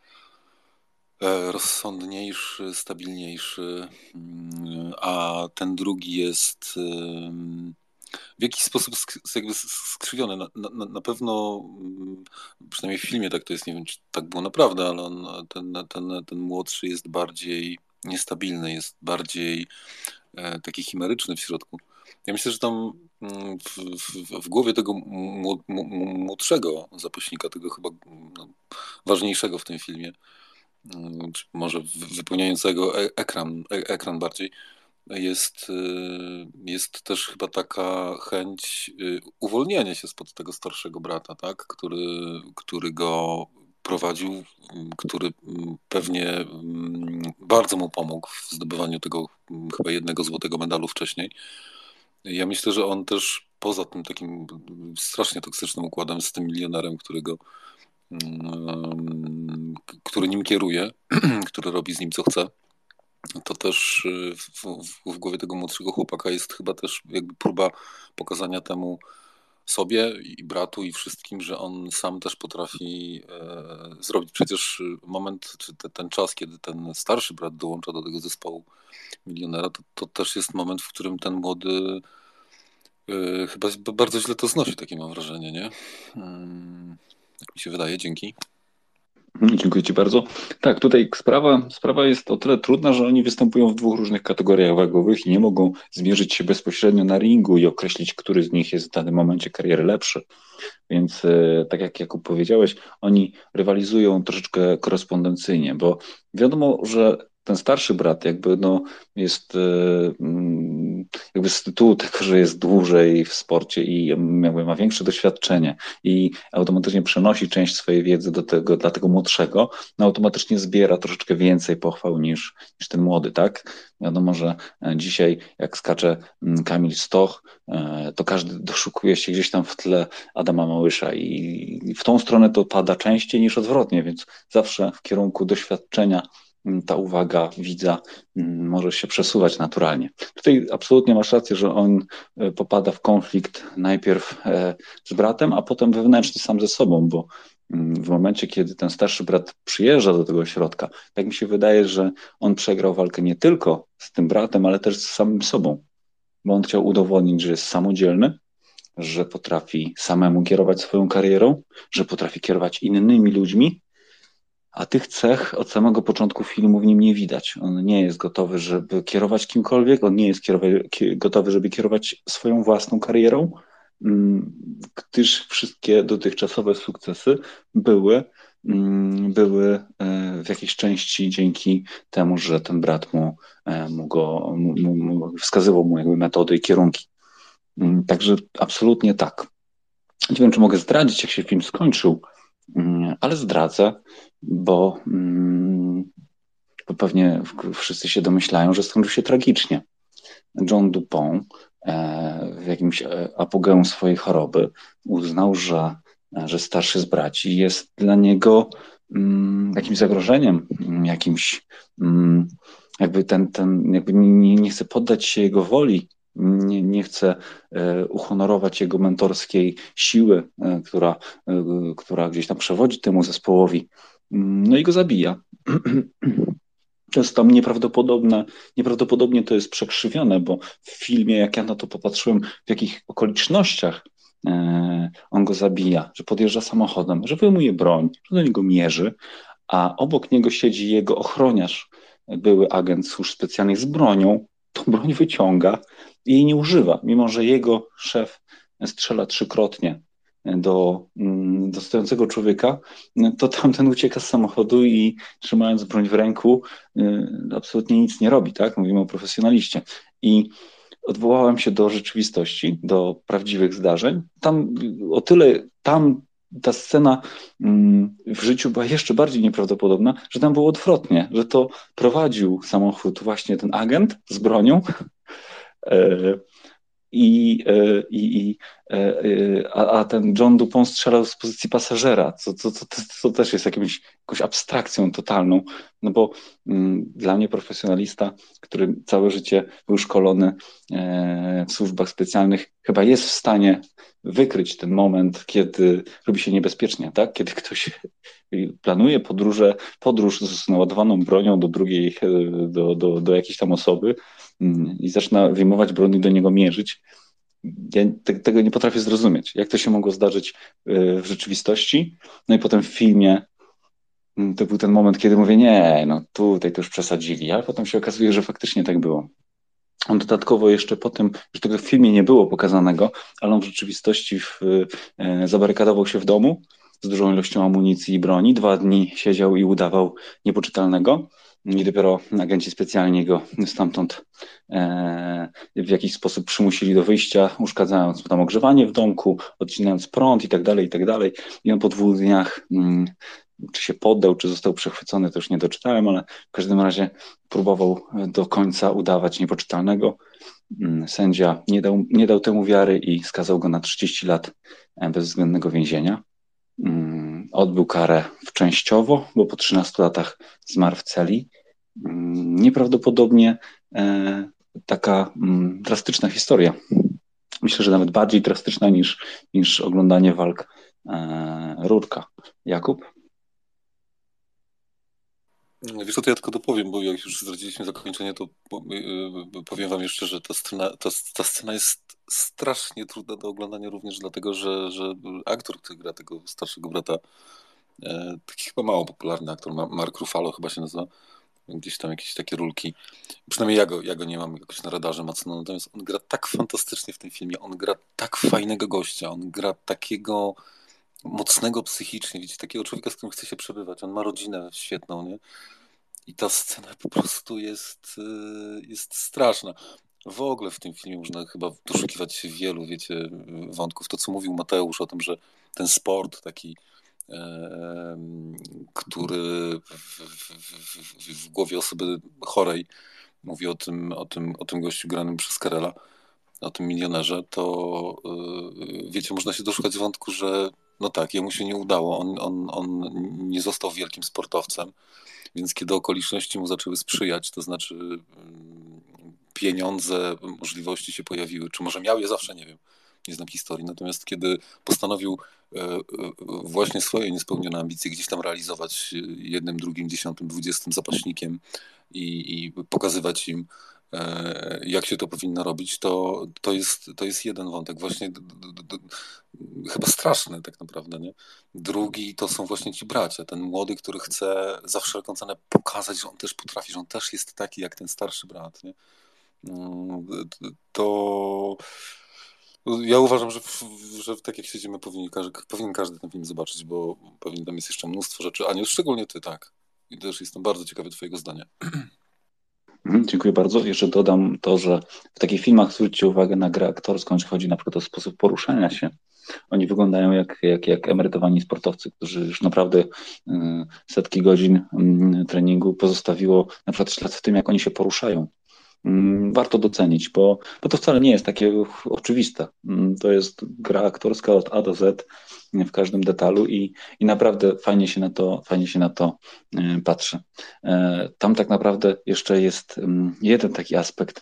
rozsądniejszy, stabilniejszy, a ten drugi jest w jakiś sposób jakby skrzywiony. Na pewno, przynajmniej w filmie tak to jest, nie wiem, czy tak było naprawdę, ale ten młodszy jest bardziej niestabilny, jest bardziej taki chimeryczny w środku. Ja myślę, że tam w głowie tego młodszego zapośnika, tego chyba ważniejszego w tym filmie, czy może wypełniającego ekran bardziej, jest też chyba taka chęć uwolnienia się spod tego starszego brata, tak? Który go prowadził, który pewnie bardzo mu pomógł w zdobywaniu tego chyba jednego złotego medalu wcześniej. Ja myślę, że on też poza tym takim strasznie toksycznym układem z tym milionerem, który nim kieruje, który robi z nim co chce, to też w głowie tego młodszego chłopaka jest chyba też jakby próba pokazania temu sobie i bratu i wszystkim, że on sam też potrafi zrobić. Przecież moment, czy ten czas, kiedy ten starszy brat dołącza do tego zespołu milionera, to też jest moment, w którym ten młody chyba bardzo źle to znosi, takie mam wrażenie, nie? Jak mi się wydaje, dzięki. Dziękuję ci bardzo. Tak, tutaj sprawa jest o tyle trudna, że oni występują w dwóch różnych kategoriach wagowych i nie mogą zmierzyć się bezpośrednio na ringu i określić, który z nich jest w danym momencie kariery lepszy. Więc tak jak Jakub powiedziałeś, oni rywalizują troszeczkę korespondencyjnie, bo wiadomo, że ten starszy brat jest jakby z tytułu tego, że jest dłużej w sporcie i jakby ma większe doświadczenie i automatycznie przenosi część swojej wiedzy dla tego młodszego, no automatycznie zbiera troszeczkę więcej pochwał niż ten młody, tak? Wiadomo, że dzisiaj jak skacze Kamil Stoch, to każdy doszukuje się gdzieś tam w tle Adama Małysza i w tą stronę to pada częściej niż odwrotnie, więc zawsze w kierunku doświadczenia ta uwaga widza może się przesuwać naturalnie. Tutaj absolutnie masz rację, że on popada w konflikt najpierw z bratem, a potem wewnętrznie sam ze sobą, bo w momencie, kiedy ten starszy brat przyjeżdża do tego ośrodka, tak mi się wydaje, że on przegrał walkę nie tylko z tym bratem, ale też z samym sobą, bo on chciał udowodnić, że jest samodzielny, że potrafi samemu kierować swoją karierą, że potrafi kierować innymi ludźmi, a tych cech od samego początku filmu w nim nie widać. On nie jest gotowy, żeby kierować kimkolwiek, on nie jest gotowy, żeby kierować swoją własną karierą, gdyż wszystkie dotychczasowe sukcesy były w jakiejś części dzięki temu, że ten brat wskazywał mu jakby metody i kierunki. Także absolutnie tak. Nie wiem, czy mogę zdradzić, jak się film skończył, ale zdradzę, bo bo pewnie wszyscy się domyślają, że skończył się tragicznie. John Dupont w jakimś apogeum swojej choroby uznał, że starszy z braci jest dla niego jakimś zagrożeniem, jakimś jakby jakby nie chce poddać się jego woli, nie chce uhonorować jego mentorskiej siły, która gdzieś tam przewodzi temu zespołowi, no i go zabija. To jest tam nieprawdopodobnie to jest przekrzywione, bo w filmie, jak ja na to popatrzyłem, w jakich okolicznościach on go zabija, że podjeżdża samochodem, że wyjmuje broń, że do niego mierzy, a obok niego siedzi jego ochroniarz, były agent służb specjalnych z bronią, tą broń wyciąga i jej nie używa, mimo że jego szef strzela 3-krotnie do stojącego człowieka, to tamten ucieka z samochodu i trzymając broń w ręku absolutnie nic nie robi, tak? Mówimy o profesjonaliście. I odwołałem się do rzeczywistości, do prawdziwych zdarzeń. Tam ta scena w życiu była jeszcze bardziej nieprawdopodobna, że tam było odwrotnie, że to prowadził samochód właśnie ten agent z bronią, a ten John Dupont strzelał z pozycji pasażera, co też jest jakąś abstrakcją totalną, no bo dla mnie profesjonalista, który całe życie był szkolony w służbach specjalnych, chyba jest w stanie wykryć ten moment, kiedy robi się niebezpiecznie, tak? Kiedy ktoś planuje podróż z naładowaną bronią do drugiej, do jakiejś tam osoby i zaczyna wyjmować broń i do niego mierzyć. Ja tego nie potrafię zrozumieć. Jak to się mogło zdarzyć w rzeczywistości? No i potem w filmie to był ten moment, kiedy mówię, nie, no tutaj to już przesadzili, ale potem się okazuje, że faktycznie tak było. On dodatkowo jeszcze po tym, że tego w filmie nie było pokazanego, ale on w rzeczywistości zabarykadował się w domu z dużą ilością amunicji i broni. 2 dni siedział i udawał niepoczytalnego. I dopiero agenci specjalnie go stamtąd w jakiś sposób przymusili do wyjścia, uszkadzając tam ogrzewanie w domku, odcinając prąd i tak dalej, i tak dalej. I on po 2 dniach czy się poddał, czy został przechwycony, to już nie doczytałem, ale w każdym razie próbował do końca udawać niepoczytalnego. Sędzia nie dał temu wiary i skazał go na 30 lat bezwzględnego więzienia. Odbył karę częściowo, bo po 13 latach zmarł w celi. Nieprawdopodobnie taka drastyczna historia. Myślę, że nawet bardziej drastyczna niż oglądanie walk Rurka. Jakub? Wiesz co, to ja tylko dopowiem, bo jak już zdradziliśmy zakończenie, to powiem wam jeszcze, że ta scena jest strasznie trudna do oglądania również dlatego, że aktor, który gra tego starszego brata, taki chyba mało popularny aktor, Mark Ruffalo chyba się nazywa, gdzieś tam jakieś takie rulki. Przynajmniej ja go nie mam jakoś na radarze mocno, natomiast on gra tak fantastycznie w tym filmie, on gra tak fajnego gościa, on gra takiego mocnego psychicznie, widzicie, takiego człowieka, z którym chce się przebywać. On ma rodzinę świetną, nie? I ta scena po prostu jest straszna. W ogóle w tym filmie można chyba doszukiwać się wielu, wiecie, wątków. To, co mówił Mateusz o tym, że ten sport taki, który w głowie osoby chorej mówi o tym gościu granym przez Carella, o tym milionerze, to wiecie, można się doszukać wątku, że no tak, jemu się nie udało, on nie został wielkim sportowcem, więc kiedy okoliczności mu zaczęły sprzyjać, to znaczy pieniądze, możliwości się pojawiły, czy może miał je zawsze, nie wiem, nie znam historii, natomiast kiedy postanowił właśnie swoje niespełnione ambicje gdzieś tam realizować 1, 2, 10, 20 zapaśnikiem i pokazywać im, jak się to powinno robić, to jest jeden wątek, właśnie chyba straszny tak naprawdę, nie? Drugi to są właśnie ci bracia, ten młody, który chce za wszelką cenę pokazać, że on też potrafi, że on też jest taki jak ten starszy brat, nie? To ja uważam, że tak jak siedzimy, powinien każdy ten film zobaczyć, bo pewnie tam jest jeszcze mnóstwo rzeczy. Aniu, szczególnie ty, tak. I też jestem bardzo ciekawy twojego zdania. Dziękuję bardzo. Jeszcze dodam to, że w takich filmach zwróćcie uwagę na grę aktorską, czy chodzi na przykład o sposób poruszania się Oni wyglądają jak emerytowani sportowcy, którzy już naprawdę setki godzin treningu pozostawiło na przykład ślad w tym, jak oni się poruszają. Warto docenić, bo to wcale nie jest takie oczywiste. To jest gra aktorska od A do Z w każdym detalu i naprawdę fajnie się na to patrzy. Tam tak naprawdę jeszcze jest jeden taki aspekt,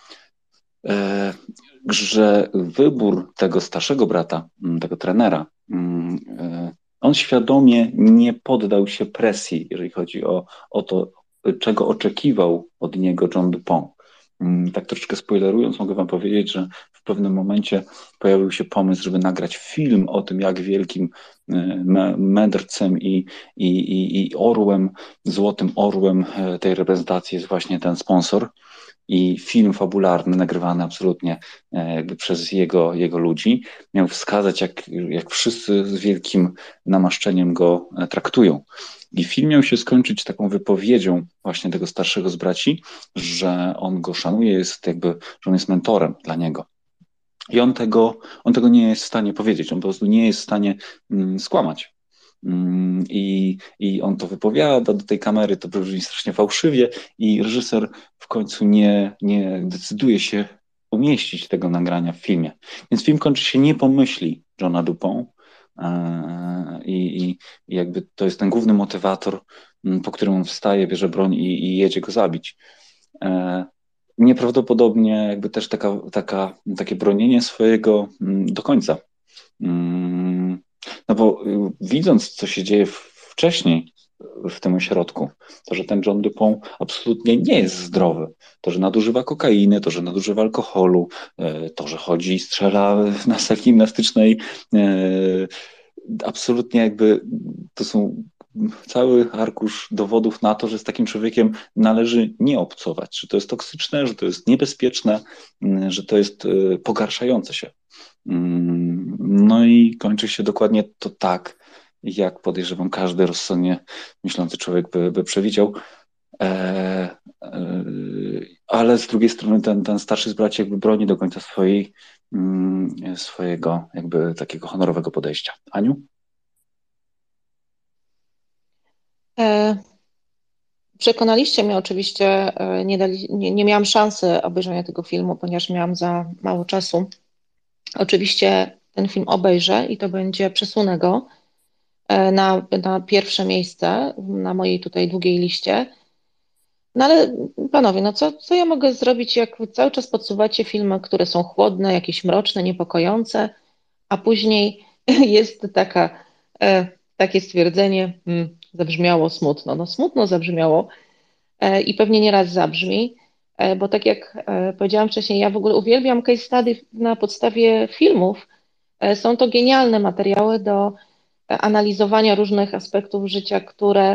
że wybór tego starszego brata, tego trenera, on świadomie nie poddał się presji, jeżeli chodzi o to, czego oczekiwał od niego John Dupont. Tak troszeczkę spoilerując, mogę wam powiedzieć, że w pewnym momencie pojawił się pomysł, żeby nagrać film o tym, jak wielkim mędrcem i orłem, złotym orłem tej reprezentacji jest właśnie ten sponsor. I film fabularny, nagrywany absolutnie jakby przez jego ludzi, miał wskazać, jak wszyscy z wielkim namaszczeniem go traktują. I film miał się skończyć taką wypowiedzią właśnie tego starszego z braci, że on go szanuje, że on jest mentorem dla niego. I on tego nie jest w stanie powiedzieć, on po prostu nie jest w stanie skłamać. I on to wypowiada do tej kamery, to brzmi strasznie fałszywie i reżyser w końcu nie decyduje się umieścić tego nagrania w filmie. Więc film kończy się nie po myśli Johna Dupont i jakby to jest ten główny motywator, po którym on wstaje, bierze broń i jedzie go zabić. Nieprawdopodobnie jakby też takie bronienie swojego do końca. No bo widząc, co się dzieje wcześniej w tym ośrodku, to, że ten John Dupont absolutnie nie jest zdrowy, to, że nadużywa kokainy, to, że nadużywa alkoholu, to, że chodzi i strzela na sali gimnastycznej, absolutnie jakby to są cały arkusz dowodów na to, że z takim człowiekiem należy nie obcować, że to jest toksyczne, że to jest niebezpieczne, że to jest pogarszające się. No i kończy się dokładnie to tak, jak podejrzewam każdy rozsądnie myślący człowiek by przewidział. Ale z drugiej strony ten starszy z braci jakby broni do końca swojego jakby takiego honorowego podejścia. Aniu? Przekonaliście mnie oczywiście, nie miałam szansy obejrzenia tego filmu, ponieważ miałam za mało czasu. Oczywiście ten film obejrzę i to będzie, przesunę go na pierwsze miejsce na mojej tutaj długiej liście. No ale panowie, no co ja mogę zrobić, jak wy cały czas podsuwacie filmy, które są chłodne, jakieś mroczne, niepokojące, a później jest takie stwierdzenie, zabrzmiało smutno. No smutno zabrzmiało i pewnie nieraz zabrzmi, bo tak jak powiedziałam wcześniej, ja w ogóle uwielbiam case study na podstawie filmów. Są to genialne materiały do analizowania różnych aspektów życia, które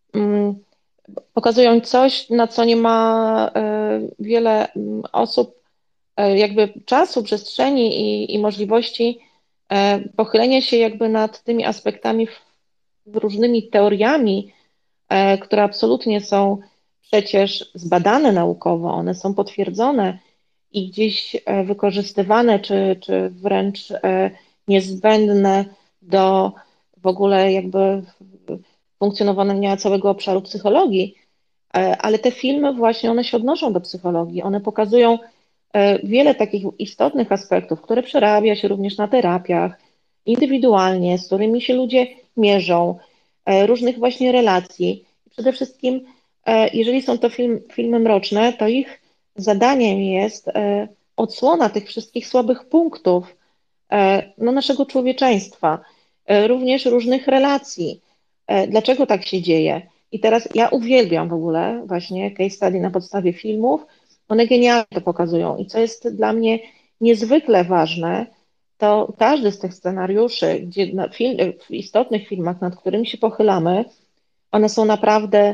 pokazują coś, na co nie ma wiele osób jakby czasu, przestrzeni i możliwości pochylenia się jakby nad tymi aspektami różnymi teoriami, które absolutnie są przecież zbadane naukowo, one są potwierdzone i gdzieś wykorzystywane, czy wręcz niezbędne do w ogóle jakby funkcjonowania całego obszaru psychologii. Ale te filmy właśnie, one się odnoszą do psychologii, one pokazują wiele takich istotnych aspektów, które przerabia się również na terapiach, indywidualnie, z którymi się ludzie mierzą, różnych właśnie relacji. Przede wszystkim, jeżeli są to filmy mroczne, to ich zadaniem jest odsłona tych wszystkich słabych punktów no, naszego człowieczeństwa, również różnych relacji. Dlaczego tak się dzieje? I teraz ja uwielbiam w ogóle właśnie case study na podstawie filmów. One genialnie to pokazują. I co jest dla mnie niezwykle ważne, to każdy z tych scenariuszy, gdzie w istotnych filmach, nad którymi się pochylamy, one są naprawdę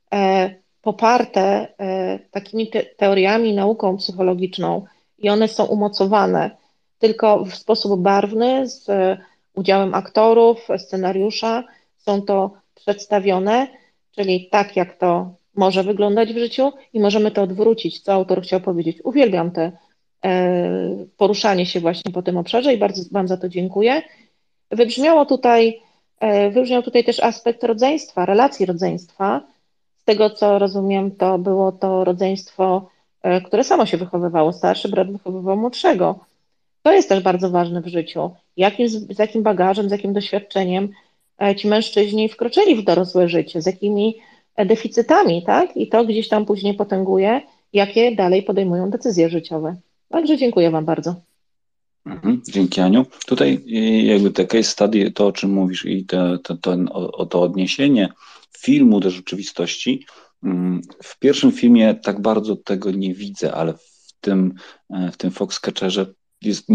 poparte takimi teoriami, nauką psychologiczną i one są umocowane tylko w sposób barwny, z udziałem aktorów, scenariusza. Są to przedstawione, czyli tak, jak to może wyglądać w życiu i możemy to odwrócić, co autor chciał powiedzieć. Uwielbiam te poruszanie się właśnie po tym obszarze i bardzo Wam za to dziękuję. Wybrzmiał tutaj też aspekt rodzeństwa, relacji rodzeństwa. Z tego, co rozumiem, to było to rodzeństwo, które samo się wychowywało, starszy brat wychowywał młodszego. To jest też bardzo ważne w życiu. Z jakim bagażem, z jakim doświadczeniem ci mężczyźni wkroczyli w dorosłe życie, z jakimi deficytami, tak? I to gdzieś tam później potęguje, jakie dalej podejmują decyzje życiowe. Także dziękuję Wam bardzo. Dzięki, Aniu. Tutaj jakby te case study, to o czym mówisz i to odniesienie filmu do rzeczywistości. W pierwszym filmie tak bardzo tego nie widzę, ale w tym Foxcatcherze jest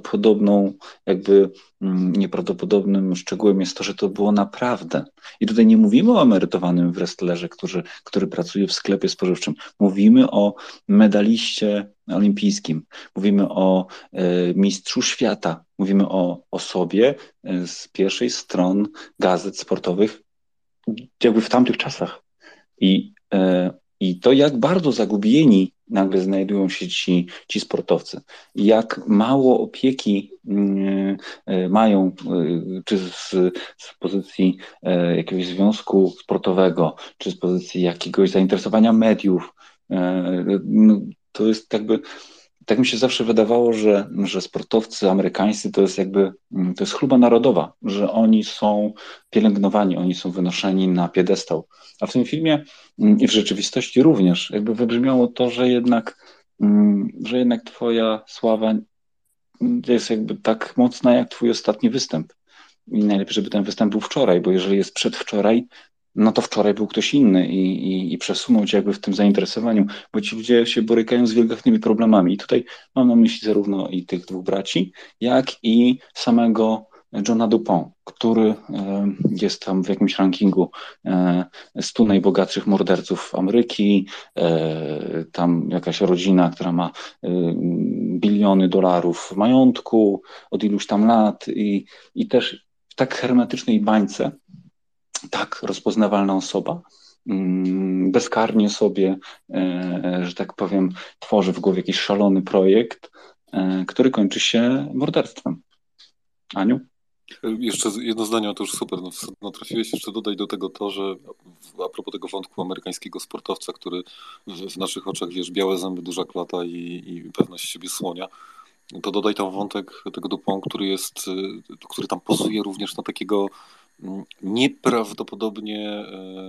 nieprawdopodobnym szczegółem jest to, że to było naprawdę. I tutaj nie mówimy o emerytowanym wrestlerze, który pracuje w sklepie spożywczym. Mówimy o medaliście olimpijskim. Mówimy o mistrzu świata. Mówimy o osobie z pierwszej stron gazet sportowych jakby w tamtych czasach. I to, jak bardzo zagubieni nagle znajdują się ci sportowcy, jak mało opieki mają, czy z pozycji jakiegoś związku sportowego, czy z pozycji jakiegoś zainteresowania mediów. To jest jakby. Tak mi się zawsze wydawało, że sportowcy amerykańscy to jest chluba narodowa, że oni są pielęgnowani, oni są wynoszeni na piedestał. A w tym filmie i w rzeczywistości również jakby wybrzmiało to, że jednak twoja sława jest jakby tak mocna jak twój ostatni występ. I najlepiej, żeby ten występ był wczoraj, bo jeżeli jest przedwczoraj, no to wczoraj był ktoś inny i przesunął cię jakby w tym zainteresowaniu, bo ci ludzie się borykają z wielkimi problemami. I tutaj mam na myśli zarówno i tych dwóch braci, jak i samego Johna Dupont, który jest tam w jakimś rankingu 100 najbogatszych morderców Ameryki, tam jakaś rodzina, która ma biliony dolarów majątku od iluś tam lat i też w tak hermetycznej bańce tak rozpoznawalna osoba bezkarnie sobie, że tak powiem, tworzy w głowie jakiś szalony projekt, który kończy się morderstwem. Aniu? Jeszcze jedno zdanie, to już super, no trafiłeś, jeszcze dodaj do tego to, że a propos tego wątku amerykańskiego sportowca, który w naszych oczach, wiesz, białe zęby, duża klata i pewność siebie słonia, to dodaj tam wątek tego Dupont, który tam pozuje również na takiego nieprawdopodobnie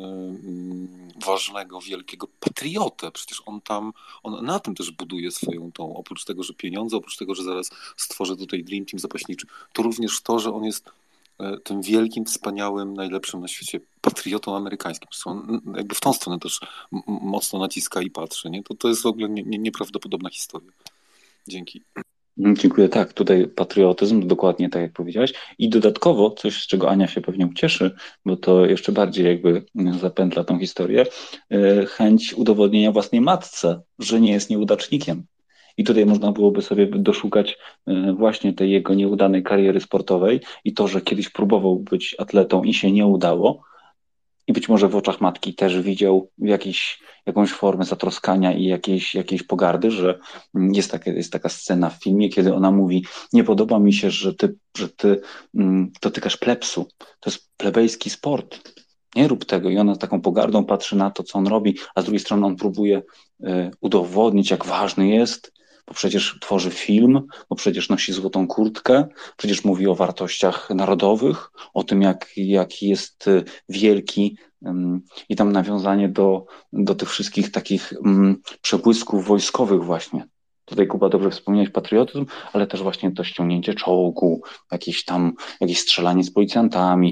ważnego, wielkiego patriotę. Przecież on na tym też buduje swoją oprócz tego, że pieniądze, oprócz tego, że zaraz stworzy tutaj Dream Team zapaśniczy, to również to, że on jest tym wielkim, wspaniałym, najlepszym na świecie patriotą amerykańskim. On jakby w tą stronę też mocno naciska i patrzy. Nie? To jest w ogóle nieprawdopodobna historia. Dzięki. Dziękuję. Tak, tutaj patriotyzm, dokładnie tak jak powiedziałeś. I dodatkowo coś, z czego Ania się pewnie ucieszy, bo to jeszcze bardziej jakby zapętla tą historię, chęć udowodnienia własnej matce, że nie jest nieudacznikiem. I tutaj można byłoby sobie doszukać właśnie tej jego nieudanej kariery sportowej i to, że kiedyś próbował być atletą i się nie udało. I być może w oczach matki też widział jakąś formę zatroskania i jakiejś pogardy, że jest taka scena w filmie, kiedy ona mówi: nie podoba mi się, że ty dotykasz plebsu. To jest plebejski sport. Nie rób tego. I ona z taką pogardą patrzy na to, co on robi, a z drugiej strony on próbuje udowodnić, jak ważny jest, bo przecież tworzy film, bo przecież nosi złotą kurtkę, przecież mówi o wartościach narodowych, o tym, jaki jest wielki i tam nawiązanie do tych wszystkich takich przebłysków wojskowych właśnie. Tutaj, Kuba, dobrze wspomniałeś patriotyzm, ale też właśnie to ściągnięcie czołgu, jakieś strzelanie z policjantami,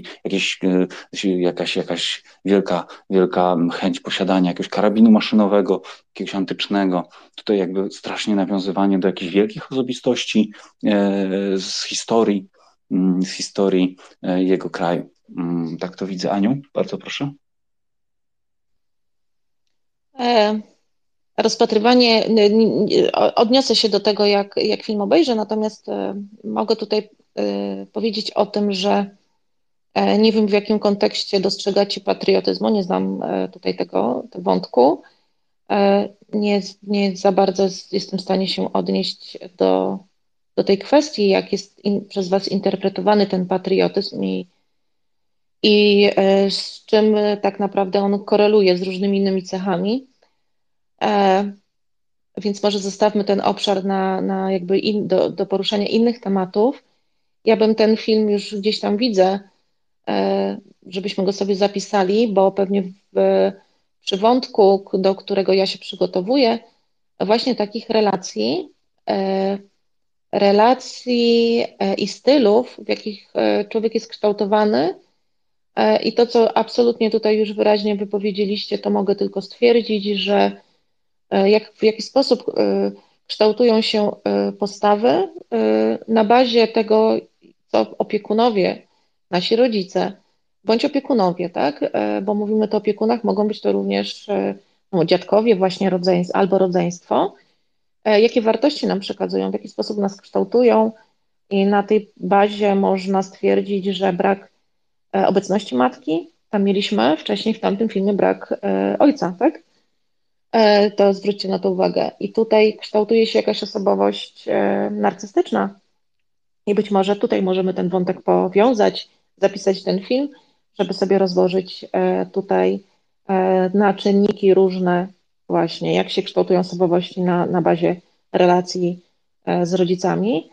jakaś wielka chęć posiadania jakiegoś karabinu maszynowego, jakiegoś antycznego. Tutaj jakby strasznie nawiązywanie do jakichś wielkich osobistości z historii jego kraju. Tak to widzę. Aniu, bardzo proszę. Rozpatrywanie, odniosę się do tego, jak film obejrzę, natomiast mogę tutaj powiedzieć o tym, że nie wiem, w jakim kontekście dostrzegacie patriotyzmu, nie znam tutaj tego wątku, Nie za bardzo jestem w stanie się odnieść do tej kwestii, jak jest przez Was interpretowany ten patriotyzm i z czym tak naprawdę on koreluje z różnymi innymi cechami. Więc może zostawmy ten obszar na jakby do poruszania innych tematów. Ja bym ten film już gdzieś tam widzę, żebyśmy go sobie zapisali, bo pewnie przy wątku, do którego ja się przygotowuję, właśnie takich relacji i stylów, w jakich człowiek jest kształtowany. I to, co absolutnie tutaj już wyraźnie wypowiedzieliście, to mogę tylko stwierdzić, że w jaki sposób kształtują się postawy na bazie tego, co opiekunowie, nasi rodzice, bądź opiekunowie, tak? Bo mówimy tu o opiekunach, mogą być to również dziadkowie, właśnie albo rodzeństwo. Jakie wartości nam przekazują, w jaki sposób nas kształtują i na tej bazie można stwierdzić, że brak obecności matki, tam mieliśmy wcześniej w tamtym filmie brak ojca, tak? To zwróćcie na to uwagę. I tutaj kształtuje się jakaś osobowość narcystyczna. I być może tutaj możemy ten wątek powiązać, zapisać ten film, żeby sobie rozłożyć tutaj na czynniki różne właśnie, jak się kształtują osobowości na bazie relacji z rodzicami.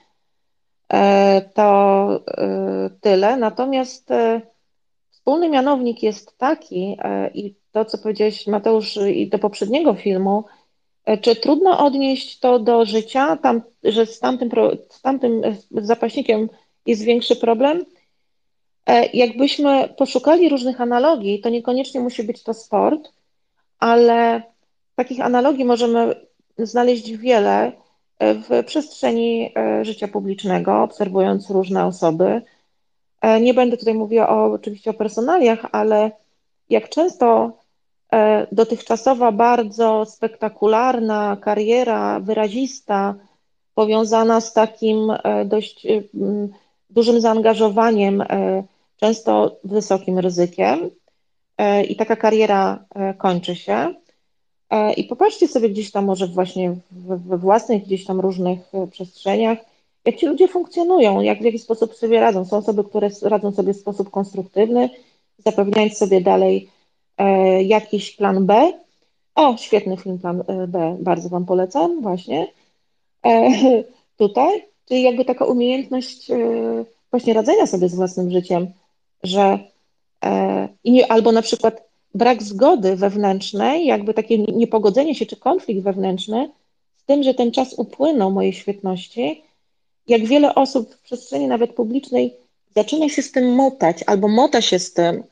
To tyle. Natomiast wspólny mianownik jest taki, i to, co powiedziałeś, Mateusz, i do poprzedniego filmu, czy trudno odnieść to do życia, że z tamtym zapaśnikiem jest większy problem? Jakbyśmy poszukali różnych analogii, to niekoniecznie musi być to sport, ale takich analogii możemy znaleźć wiele w przestrzeni życia publicznego, obserwując różne osoby. Nie będę tutaj mówiła oczywiście o personaliach, ale jak często dotychczasowa, bardzo spektakularna kariera, wyrazista, powiązana z takim dość dużym zaangażowaniem, często wysokim ryzykiem, i taka kariera kończy się. I popatrzcie sobie gdzieś tam może właśnie we własnych gdzieś tam różnych przestrzeniach, jak ci ludzie funkcjonują, w jaki sposób sobie radzą. Są osoby, które radzą sobie w sposób konstruktywny, zapewniając sobie dalej jakiś plan B. O, świetny film Plan B, bardzo Wam polecam właśnie. E, Tutaj, czyli jakby taka umiejętność właśnie radzenia sobie z własnym życiem, że albo na przykład brak zgody wewnętrznej, jakby takie niepogodzenie się czy konflikt wewnętrzny z tym, że ten czas upłynął mojej świetności, jak wiele osób w przestrzeni nawet publicznej zaczyna się z tym motać albo mota się z tym,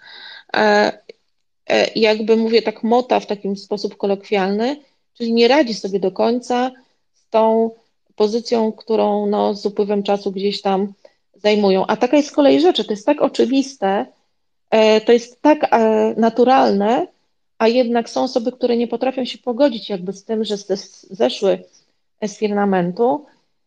jakby mówię tak mota w takim sposób kolokwialny, czyli nie radzi sobie do końca z tą pozycją, którą no, z upływem czasu gdzieś tam zajmują. A taka jest z kolei rzeczy, to jest tak oczywiste, to jest tak naturalne, a jednak są osoby, które nie potrafią się pogodzić jakby z tym, że zeszły z firmamentu.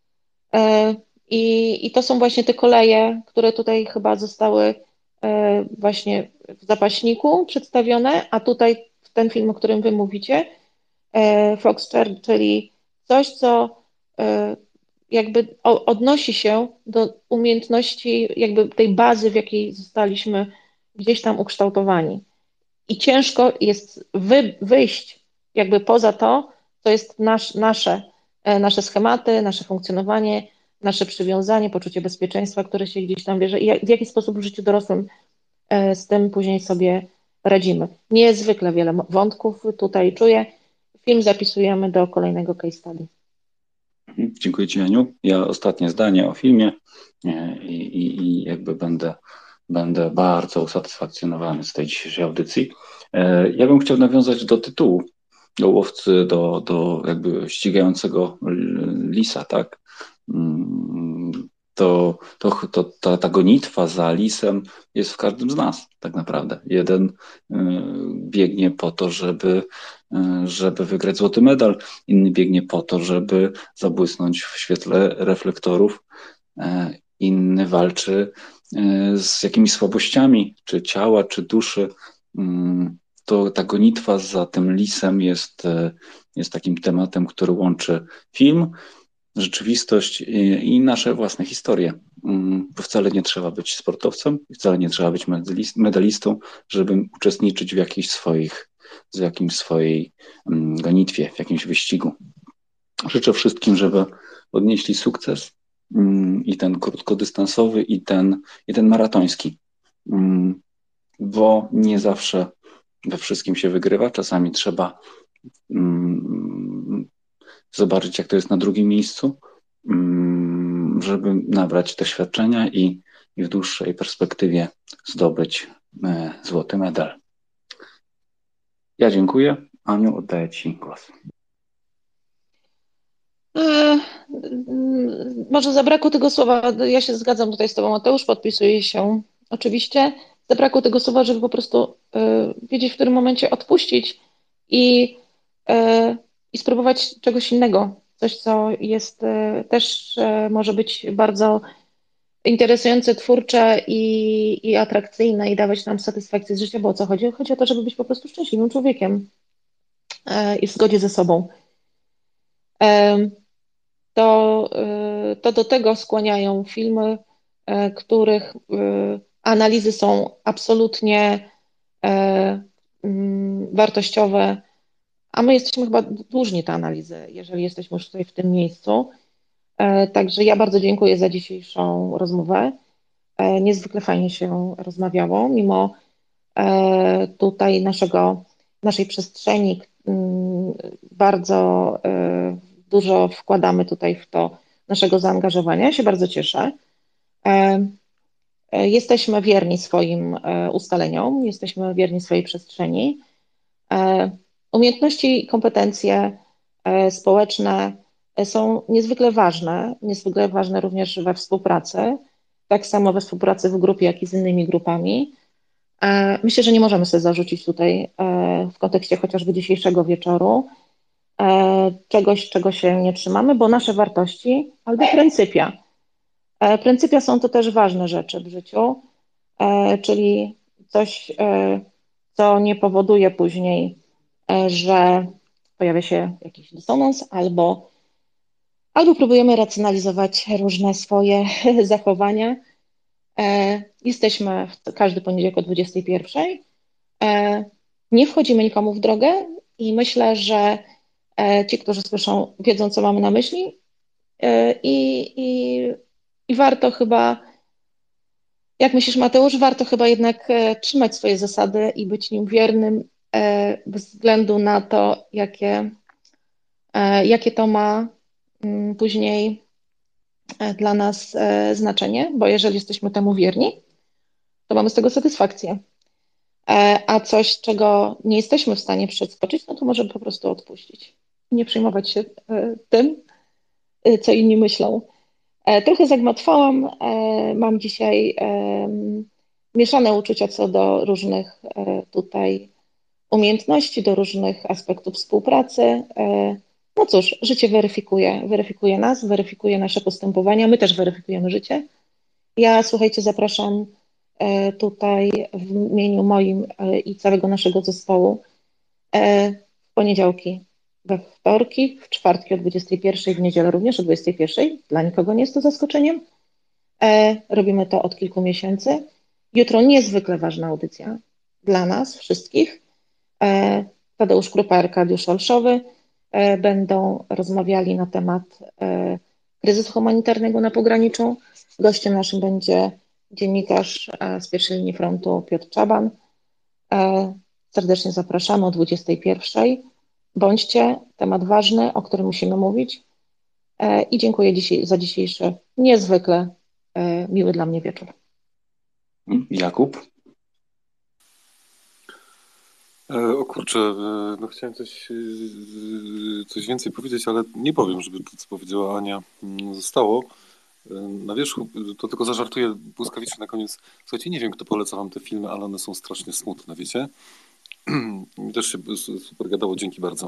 I to są właśnie te koleje, które tutaj chyba zostały właśnie w zapaśniku przedstawione, a tutaj ten film, o którym wy mówicie, Foxtrot, czyli coś, co jakby odnosi się do umiejętności, jakby tej bazy, w jakiej zostaliśmy gdzieś tam ukształtowani. I ciężko jest wyjść jakby poza to, co jest nasze schematy, nasze funkcjonowanie, nasze przywiązanie, poczucie bezpieczeństwa, które się gdzieś tam bierze i w jaki sposób w życiu dorosłym z tym później sobie radzimy. Niezwykle wiele wątków tutaj czuję. Film zapisujemy do kolejnego case study. Dziękuję Ci, Aniu. Ja ostatnie zdanie o filmie i jakby będę bardzo usatysfakcjonowany z tej dzisiejszej audycji. Ja bym chciał nawiązać do tytułu, do łowcy, do jakby ścigającego lisa, tak? Ta gonitwa za lisem jest w każdym z nas, tak naprawdę. Jeden biegnie po to, żeby wygrać złoty medal, inny biegnie po to, żeby zabłysnąć w świetle reflektorów, inny walczy z jakimiś słabościami, czy ciała, czy duszy. ta gonitwa za tym lisem jest takim tematem, który łączy film, rzeczywistość i nasze własne historie. Bo wcale nie trzeba być sportowcem, wcale nie trzeba być medalistą, żeby uczestniczyć w jakimś swojej gonitwie, w jakimś wyścigu. Życzę wszystkim, żeby odnieśli sukces i ten krótkodystansowy, i ten maratoński, bo nie zawsze we wszystkim się wygrywa. Czasami trzeba zobaczyć, jak to jest na drugim miejscu, żeby nabrać doświadczenia i w dłuższej perspektywie zdobyć złoty medal. Ja dziękuję. Aniu, oddaję Ci głos. Może zabrakło tego słowa, ja się zgadzam tutaj z Tobą, Mateusz, podpisuję się oczywiście. Zabrakło tego słowa, żeby po prostu wiedzieć, w którym momencie odpuścić i spróbować czegoś innego. Coś, co jest też może być bardzo interesujące, twórcze i atrakcyjne i dawać nam satysfakcję z życia, bo o co chodzi? Chodzi o to, żeby być po prostu szczęśliwym człowiekiem i w zgodzie ze sobą. To do tego skłaniają filmy, których analizy są absolutnie wartościowe, a my jesteśmy chyba dłużni te analizy, jeżeli jesteśmy już tutaj w tym miejscu. Także ja bardzo dziękuję za dzisiejszą rozmowę. Niezwykle fajnie się rozmawiało, mimo tutaj naszej przestrzeni. Bardzo dużo wkładamy tutaj w to naszego zaangażowania. Ja się bardzo cieszę. Jesteśmy wierni swoim ustaleniom, jesteśmy wierni swojej przestrzeni. Umiejętności i kompetencje społeczne są niezwykle ważne również we współpracy, tak samo we współpracy w grupie, jak i z innymi grupami. Myślę, że nie możemy sobie zarzucić tutaj w kontekście chociażby dzisiejszego wieczoru czegoś, czego się nie trzymamy, bo nasze wartości albo pryncypia są to też ważne rzeczy w życiu, czyli coś, co nie powoduje później, że pojawia się jakiś dysonans albo próbujemy racjonalizować różne swoje zachowania. Jesteśmy każdy poniedziałek o 21:00. Nie wchodzimy nikomu w drogę i myślę, że ci, którzy słyszą, wiedzą, co mamy na myśli i warto chyba, jak myślisz, Mateusz, warto chyba jednak trzymać swoje zasady i być nim wiernym bez względu na to, jakie to ma później dla nas znaczenie, bo jeżeli jesteśmy temu wierni, to mamy z tego satysfakcję. A coś, czego nie jesteśmy w stanie przeskoczyć, no to możemy po prostu odpuścić. Nie przejmować się tym, co inni myślą. Trochę zagmatwałam. Mam dzisiaj mieszane uczucia co do różnych tutaj umiejętności, do różnych aspektów współpracy. No cóż, życie weryfikuje nas, weryfikuje nasze postępowania, my też weryfikujemy życie. Ja, słuchajcie, zapraszam tutaj w imieniu moim i całego naszego zespołu w poniedziałki, we wtorki, w czwartki o 21:00, w niedzielę również o 21:00. Dla nikogo nie jest to zaskoczeniem. Robimy to od kilku miesięcy. Jutro niezwykle ważna audycja dla nas wszystkich. Tadeusz Krupa, Arkadiusz Olszowy będą rozmawiali na temat kryzysu humanitarnego na pograniczu. Gościem naszym będzie dziennikarz z pierwszej linii frontu Piotr Czaban. Serdecznie zapraszamy o 21:00. Bądźcie, temat ważny, o którym musimy mówić. I dziękuję za dzisiejszy niezwykle miły dla mnie wieczór. Jakub? O kurczę, no chciałem coś więcej powiedzieć, ale nie powiem, żeby to, co powiedziała Ania, zostało na wierzchu. To tylko zażartuję błyskawicznie na koniec. Słuchajcie, nie wiem, kto poleca wam te filmy, ale one są strasznie smutne, wiecie? Mi też się super gadało, dzięki bardzo.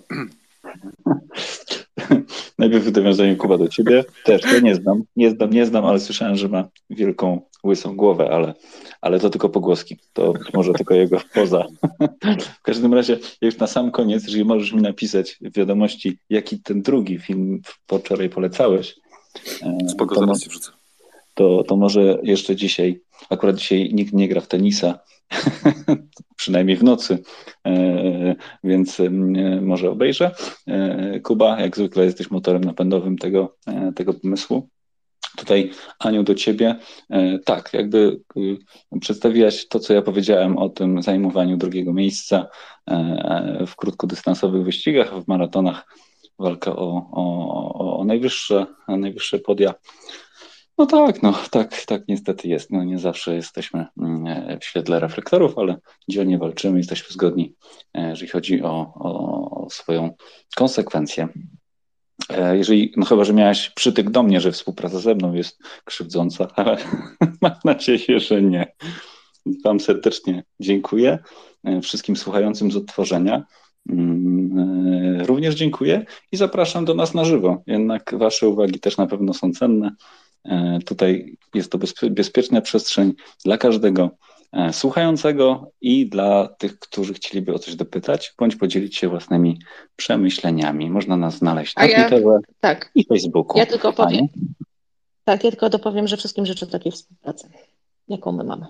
Najpierw w nawiązaniu, Kuba, do ciebie. Też ja nie znam, ale słyszałem, że ma wielką łysą głowę, ale to tylko pogłoski. To może tylko jego poza. W każdym razie, już na sam koniec, jeżeli możesz mi napisać w wiadomości, jaki ten drugi film wczoraj polecałeś, spoko, zaraz ci wrzucę. To może jeszcze dzisiaj, akurat dzisiaj nikt nie gra w tenisa, przynajmniej w nocy, więc może obejrzę. Kuba, jak zwykle jesteś motorem napędowym tego pomysłu. Tutaj, Aniu, do ciebie. Tak, jakby przedstawiłaś to, co ja powiedziałem o tym zajmowaniu drugiego miejsca w krótkodystansowych wyścigach, w maratonach, walka o najwyższe podia. No tak niestety jest. No, nie zawsze jesteśmy w świetle reflektorów, ale dzielnie walczymy, jesteśmy zgodni, jeżeli chodzi o swoją konsekwencję. Jeżeli, no chyba, że miałaś przytyk do mnie, że współpraca ze mną jest krzywdząca, ale mam nadzieję, że nie. Wam serdecznie dziękuję. Wszystkim słuchającym z odtworzenia również dziękuję i zapraszam do nas na żywo. Jednak wasze uwagi też na pewno są cenne. Tutaj jest to bezpieczna przestrzeń dla każdego słuchającego i dla tych, którzy chcieliby o coś dopytać, bądź podzielić się własnymi przemyśleniami. Można nas znaleźć na Twitterze i Facebooku. Ja tylko dopowiem, że wszystkim życzę takiej współpracy, jaką my mamy.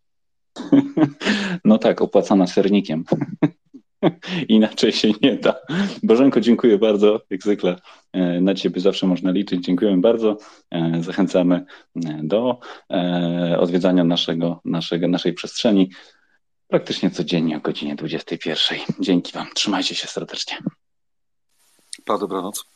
No tak, opłacana sernikiem. Inaczej się nie da. Bożenko, dziękuję bardzo. Jak zwykle na ciebie zawsze można liczyć. Dziękujemy bardzo. Zachęcamy do odwiedzania naszej przestrzeni praktycznie codziennie o godzinie 21. Dzięki wam. Trzymajcie się serdecznie. Pa, dobranoc.